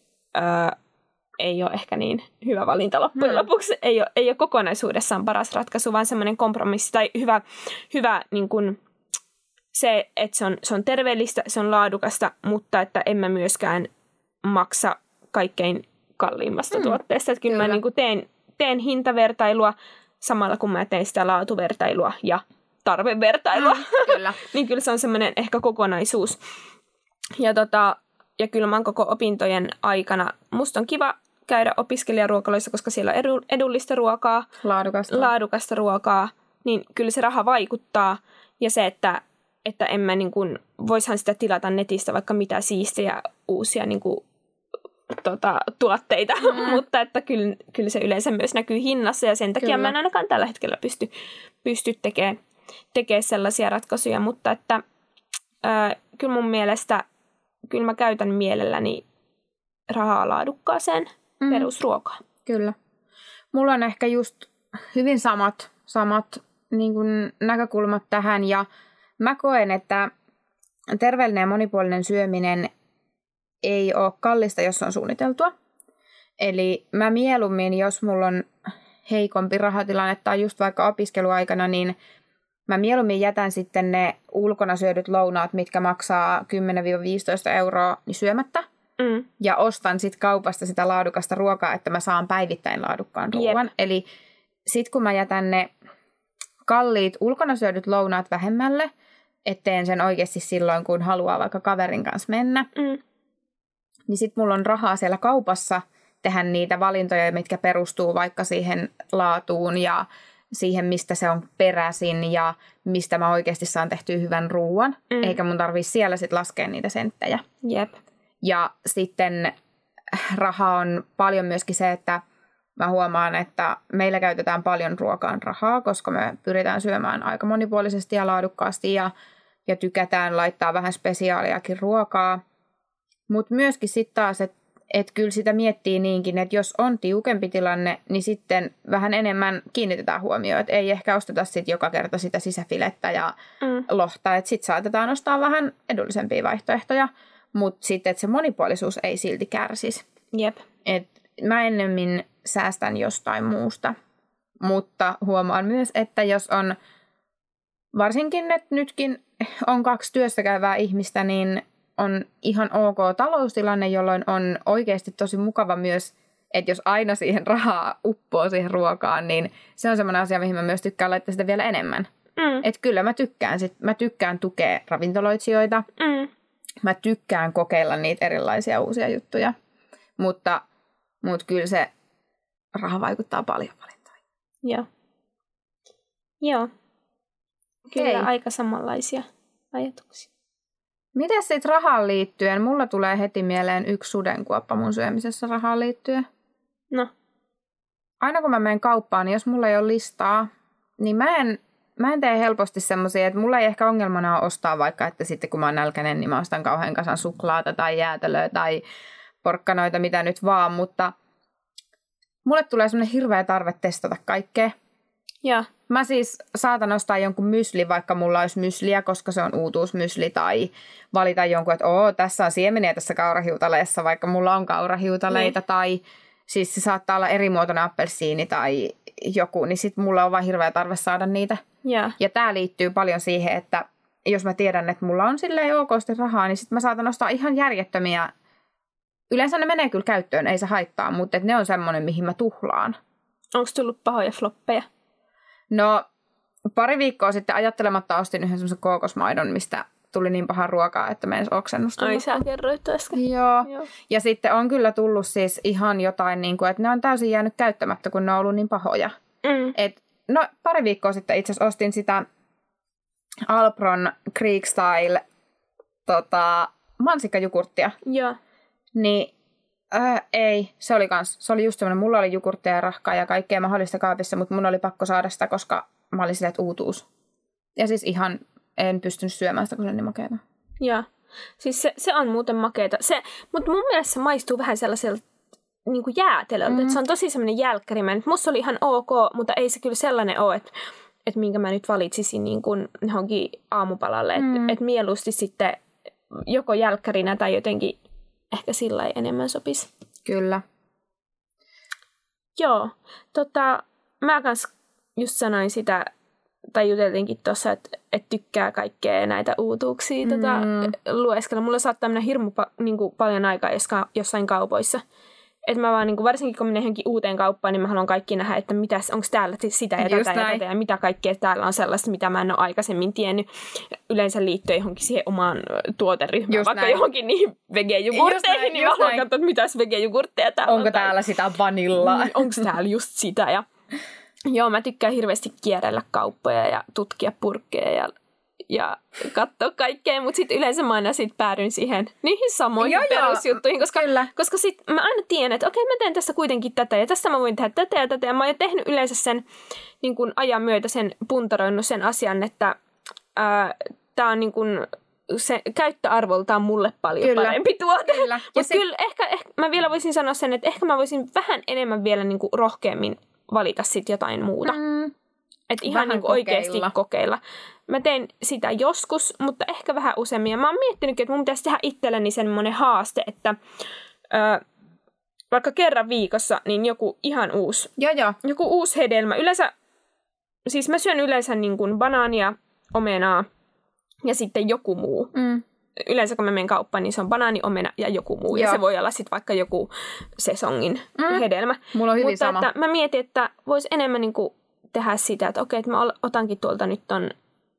B: ei ole ehkä niin hyvä valinta loppujen lopuksi. Ei ole kokonaisuudessaan paras ratkaisu, vaan semmoinen kompromissi tai hyvä niin kuin se, että se on terveellistä, se on laadukasta, mutta että en mä myöskään maksa kaikkein kalliimmasta tuotteesta. Että kyllä mä niin kuin teen hintavertailua samalla, kun mä teen sitä laatuvertailua ja tarvevertailua.
C: Kyllä.
B: Niin kyllä se on semmoinen ehkä kokonaisuus. Ja kyllä mä oon koko opintojen aikana, musta on kiva käydä opiskelijaruokaloissa, koska siellä on edullista ruokaa, laadukasta ruokaa, niin kyllä se raha vaikuttaa. Ja se, että en mä niin kuin, voishan sitä tilata netistä vaikka mitä siistejä uusia niin kuin, tuotteita, mutta että kyllä se yleensä myös näkyy hinnassa ja sen takia mä en ainakaan tällä hetkellä pysty tekemään sellaisia ratkaisuja, mutta että kyllä mun mielestä, kyllä mä käytän mielelläni rahaa laadukkaaseen perusruokaan.
C: Kyllä. Mulla on ehkä just hyvin samat niin kuin näkökulmat tähän ja mä koen, että terveellinen ja monipuolinen syöminen ei ole kallista, jos on suunniteltua. Eli mä mieluummin, jos mulla on heikompi rahatilanne tai just vaikka opiskeluaikana, niin mä mieluummin jätän sitten ne ulkona syödyt lounaat, mitkä maksaa 10-15 euroa, niin syömättä. Ja ostan sitten kaupasta sitä laadukasta ruokaa, että mä saan päivittäin laadukkaan ruoan. Eli sitten kun mä jätän ne kalliit ulkona syödyt lounaat vähemmälle, etteen sen oikeasti silloin, kun haluaa vaikka kaverin kanssa mennä, niin sitten mulla on rahaa siellä kaupassa tehdä niitä valintoja, mitkä perustuu vaikka siihen laatuun ja siihen, mistä se on peräisin ja mistä mä oikeasti saan tehtyä hyvän ruuan. Eikä mun tarvitse siellä sitten laskea niitä senttejä.
B: Jep.
C: Ja sitten raha on paljon myöskin se, että mä huomaan, että meillä käytetään paljon ruokaan rahaa, koska me pyritään syömään aika monipuolisesti ja laadukkaasti ja tykätään laittaa vähän spesiaaliakin ruokaa. Mutta myöskin sitten taas, että kyllä sitä miettii niinkin, että jos on tiukempi tilanne, niin sitten vähän enemmän kiinnitetään huomioon. Että ei ehkä osteta sitten joka kerta sitä sisäfilettä ja lohta. Että sitten saatetaan ostaa vähän edullisempia vaihtoehtoja, mutta sitten, että se monipuolisuus ei silti kärsisi.
B: Jep.
C: Et mä ennemmin säästän jostain muusta, mutta huomaan myös, että jos on, varsinkin että nytkin on 2 työssäkäyvää ihmistä, niin on ihan ok taloustilanne, jolloin on oikeasti tosi mukava myös, että jos aina siihen rahaa uppoo siihen ruokaan, niin se on semmoinen asia, mihin mä myös tykkään laittaa sitä vielä enemmän. Että kyllä mä tykkään tukea ravintoloitsijoita, mä tykkään kokeilla niitä erilaisia uusia juttuja, mutta kyllä se raha vaikuttaa paljon valintoihin.
B: Joo. Kyllä aika samanlaisia ajatuksia.
C: Miten sitten rahaan liittyen? Mulla tulee heti mieleen yksi sudenkuoppa mun syömisessä rahaan liittyen.
B: No?
C: Aina kun mä menen kauppaan, niin jos mulla ei ole listaa, niin mä en tee helposti semmoisia, että mulla ei ehkä ongelmana ole ostaa vaikka, että sitten kun mä oon nälkäinen, niin mä ostan kauhean kasan suklaata tai jäätelöä tai porkkanoita, mitä nyt vaan, mutta mulle tulee semmoinen hirveä tarve testata kaikkea.
B: Ja.
C: Mä siis saatan ostaa jonkun mysli, vaikka mulla olisi mysliä, koska se on uutuusmysli, tai valita jonkun, että tässä on siemeniä tässä kaurahiutaleessa, vaikka mulla on kaurahiutaleita, tai siis se saattaa olla eri muotoinen appelsiini tai joku, niin sit mulla on vaan hirveä tarve saada niitä. Ja tää liittyy paljon siihen, että jos mä tiedän, että mulla on silleen okosti rahaa, niin sit mä saatan ostaa ihan järjettömiä. Yleensä ne menee kyllä käyttöön, ei se haittaa, mutta ne on semmoinen, mihin mä tuhlaan.
B: Onko tullut pahoja floppeja?
C: No, pari viikkoa sitten ajattelematta ostin yhden semmoisen kookosmaidon, mistä tuli niin paha ruokaa, että meni oksennusta.
B: Ai, sä kerroit äsken.
C: Joo. Ja sitten on kyllä tullut siis ihan jotain, niin kuin, että ne on täysin jäänyt käyttämättä, kun ne on ollut niin pahoja. Pari viikkoa sitten itse asiassa ostin sitä Alpron Greek Style mansikkajukurttia.
B: Joo.
C: Niin Ei, se oli just semmoinen, mulla oli jogurttia ja rahkaa ja kaikkea mahdollista kaapissa, mutta mun oli pakko saada sitä, koska mä olin silleen, että uutuus. Ja siis ihan en pystynyt syömään sitä, kun se on niin makeata.
B: Joo, siis se on muuten makeata. Mutta mun mielestä se maistuu vähän sellaiselta niin kuin jäätelöltä, että se on tosi semmoinen jälkkärimäinen. Musta oli ihan ok, mutta ei se kyllä sellainen ole, että minkä mä nyt valitsisin niin kuin johonkin aamupalalle. Että mieluusti sitten joko jälkkärinä tai jotenkin ehkä sillä ei enemmän sopisi.
C: Kyllä.
B: Joo, mä kans just sanoin sitä, tai juteltiinkin tuossa, että tykkää kaikkea näitä uutuuksia lueskella. Mulla saattaa mennä hirmu niinku paljon aikaa jossain kaupoissa. Että mä vaan, niinku, varsinkin kun menen johonkin uuteen kauppaan, niin mä haluan kaikki nähdä, että onko täällä sitä ja tätä ja mitä kaikkea täällä on sellaista, mitä mä en ole aikaisemmin tiennyt. Yleensä liittyen johonkin siihen omaan tuoteryhmään, just vaikka näin. Johonkin niihin vegejugurtteihin, niin mä haluan katsoa, että mitäs vegejugurtteja täällä on.
C: Onko täällä sitä vanillaa?
B: Onko täällä just sitä ja... Joo, mä tykkään hirveästi kierrellä kauppoja ja tutkia purkkeja ja katsoa kaikkea, mutta sitten yleensä mä aina päädyin niihin samoihin perusjuttuihin, koska sitten mä aina tiedän, että okei, mä teen tästä kuitenkin tätä ja tästä mä voin tehdä tätä ja tätä. Ja mä oon jo tehnyt yleensä sen niin kun ajan myötä puntaroinut sen asian, että tää on niin kun, se käyttöarvoltaan mulle paljon parempi tuote. Mutta kyllä ehkä mä vielä voisin sanoa sen, että ehkä mä voisin vähän enemmän vielä niin kun rohkeammin valita sitten jotain muuta. Että ihan niin oikeasti kokeilla. Mä teen sitä joskus, mutta ehkä vähän useammin. Ja mä oon miettinytkin, että mun pitäisi tehdä itselleni semmoinen haaste, että vaikka kerran viikossa, niin joku ihan uusi. Joku uusi hedelmä. Yleensä, siis mä syön yleensä niin kuin banaania, omenaa ja sitten joku muu. Yleensä kun mä menen kauppaan, niin se on banaani, omena ja joku muu. Ja se voi olla sitten vaikka joku sesongin hedelmä.
C: Mulla on hyvin
B: mutta
C: sama.
B: Että mä mietin, että vois enemmän niinku tehdä sitä, että okei, että mä otankin tuolta nyt ton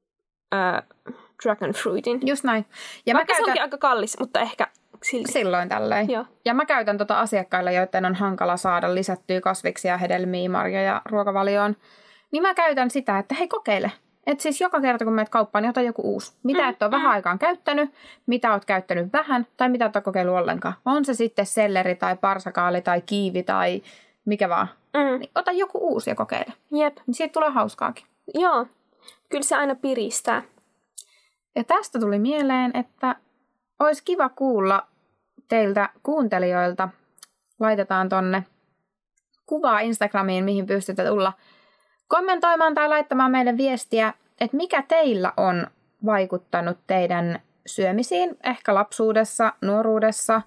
B: dragon fruitin.
C: Just näin.
B: Ja vaikka se onkin aika kallis, mutta ehkä silti.
C: Silloin tälleen.
B: Joo.
C: Ja mä käytän asiakkaille, joiden on hankala saada lisättyä kasviksia, hedelmiä, marjoja ruokavalioon. Niin mä käytän sitä, että hei kokeile. Että siis joka kerta, kun menet kauppaan, niin ota joku uusi. Mitä et ole vähän aikaan käyttänyt, mitä oot käyttänyt vähän, tai mitä et ole kokeillut ollenkaan. On se sitten selleri tai parsakaali tai kiivi tai mikä vaan. Niin ota joku uusi ja kokeile.
B: Jep.
C: Niin siitä tulee hauskaakin.
B: Joo. Kyllä se aina piristää.
C: Ja tästä tuli mieleen, että olisi kiva kuulla teiltä kuuntelijoilta. Laitetaan tonne kuvaa Instagramiin, mihin pystytte tulla kommentoimaan tai laittamaan meille viestiä, että mikä teillä on vaikuttanut teidän syömisiin, ehkä lapsuudessa, nuoruudessa,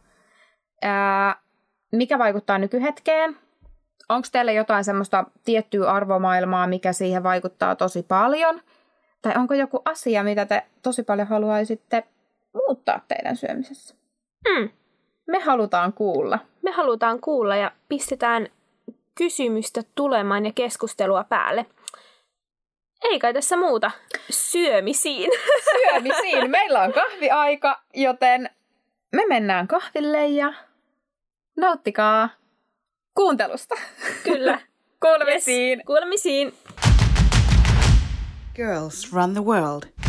C: mikä vaikuttaa nykyhetkeen. Onko teillä jotain semmoista tiettyä arvomaailmaa, mikä siihen vaikuttaa tosi paljon? Tai onko joku asia, mitä te tosi paljon haluaisitte muuttaa teidän syömisessä? Me halutaan kuulla.
B: Me halutaan kuulla ja pistetään kysymystä tulemaan ja keskustelua päälle. Ei kai tässä muuta. Syömisiin.
C: Syömisiin. Meillä on kahviaika, joten me mennään kahville ja nauttikaa kuuntelusta.
B: Kyllä.
C: Kuulemisiin.
B: Yes. Kuulemisiin.
A: Girls run the world.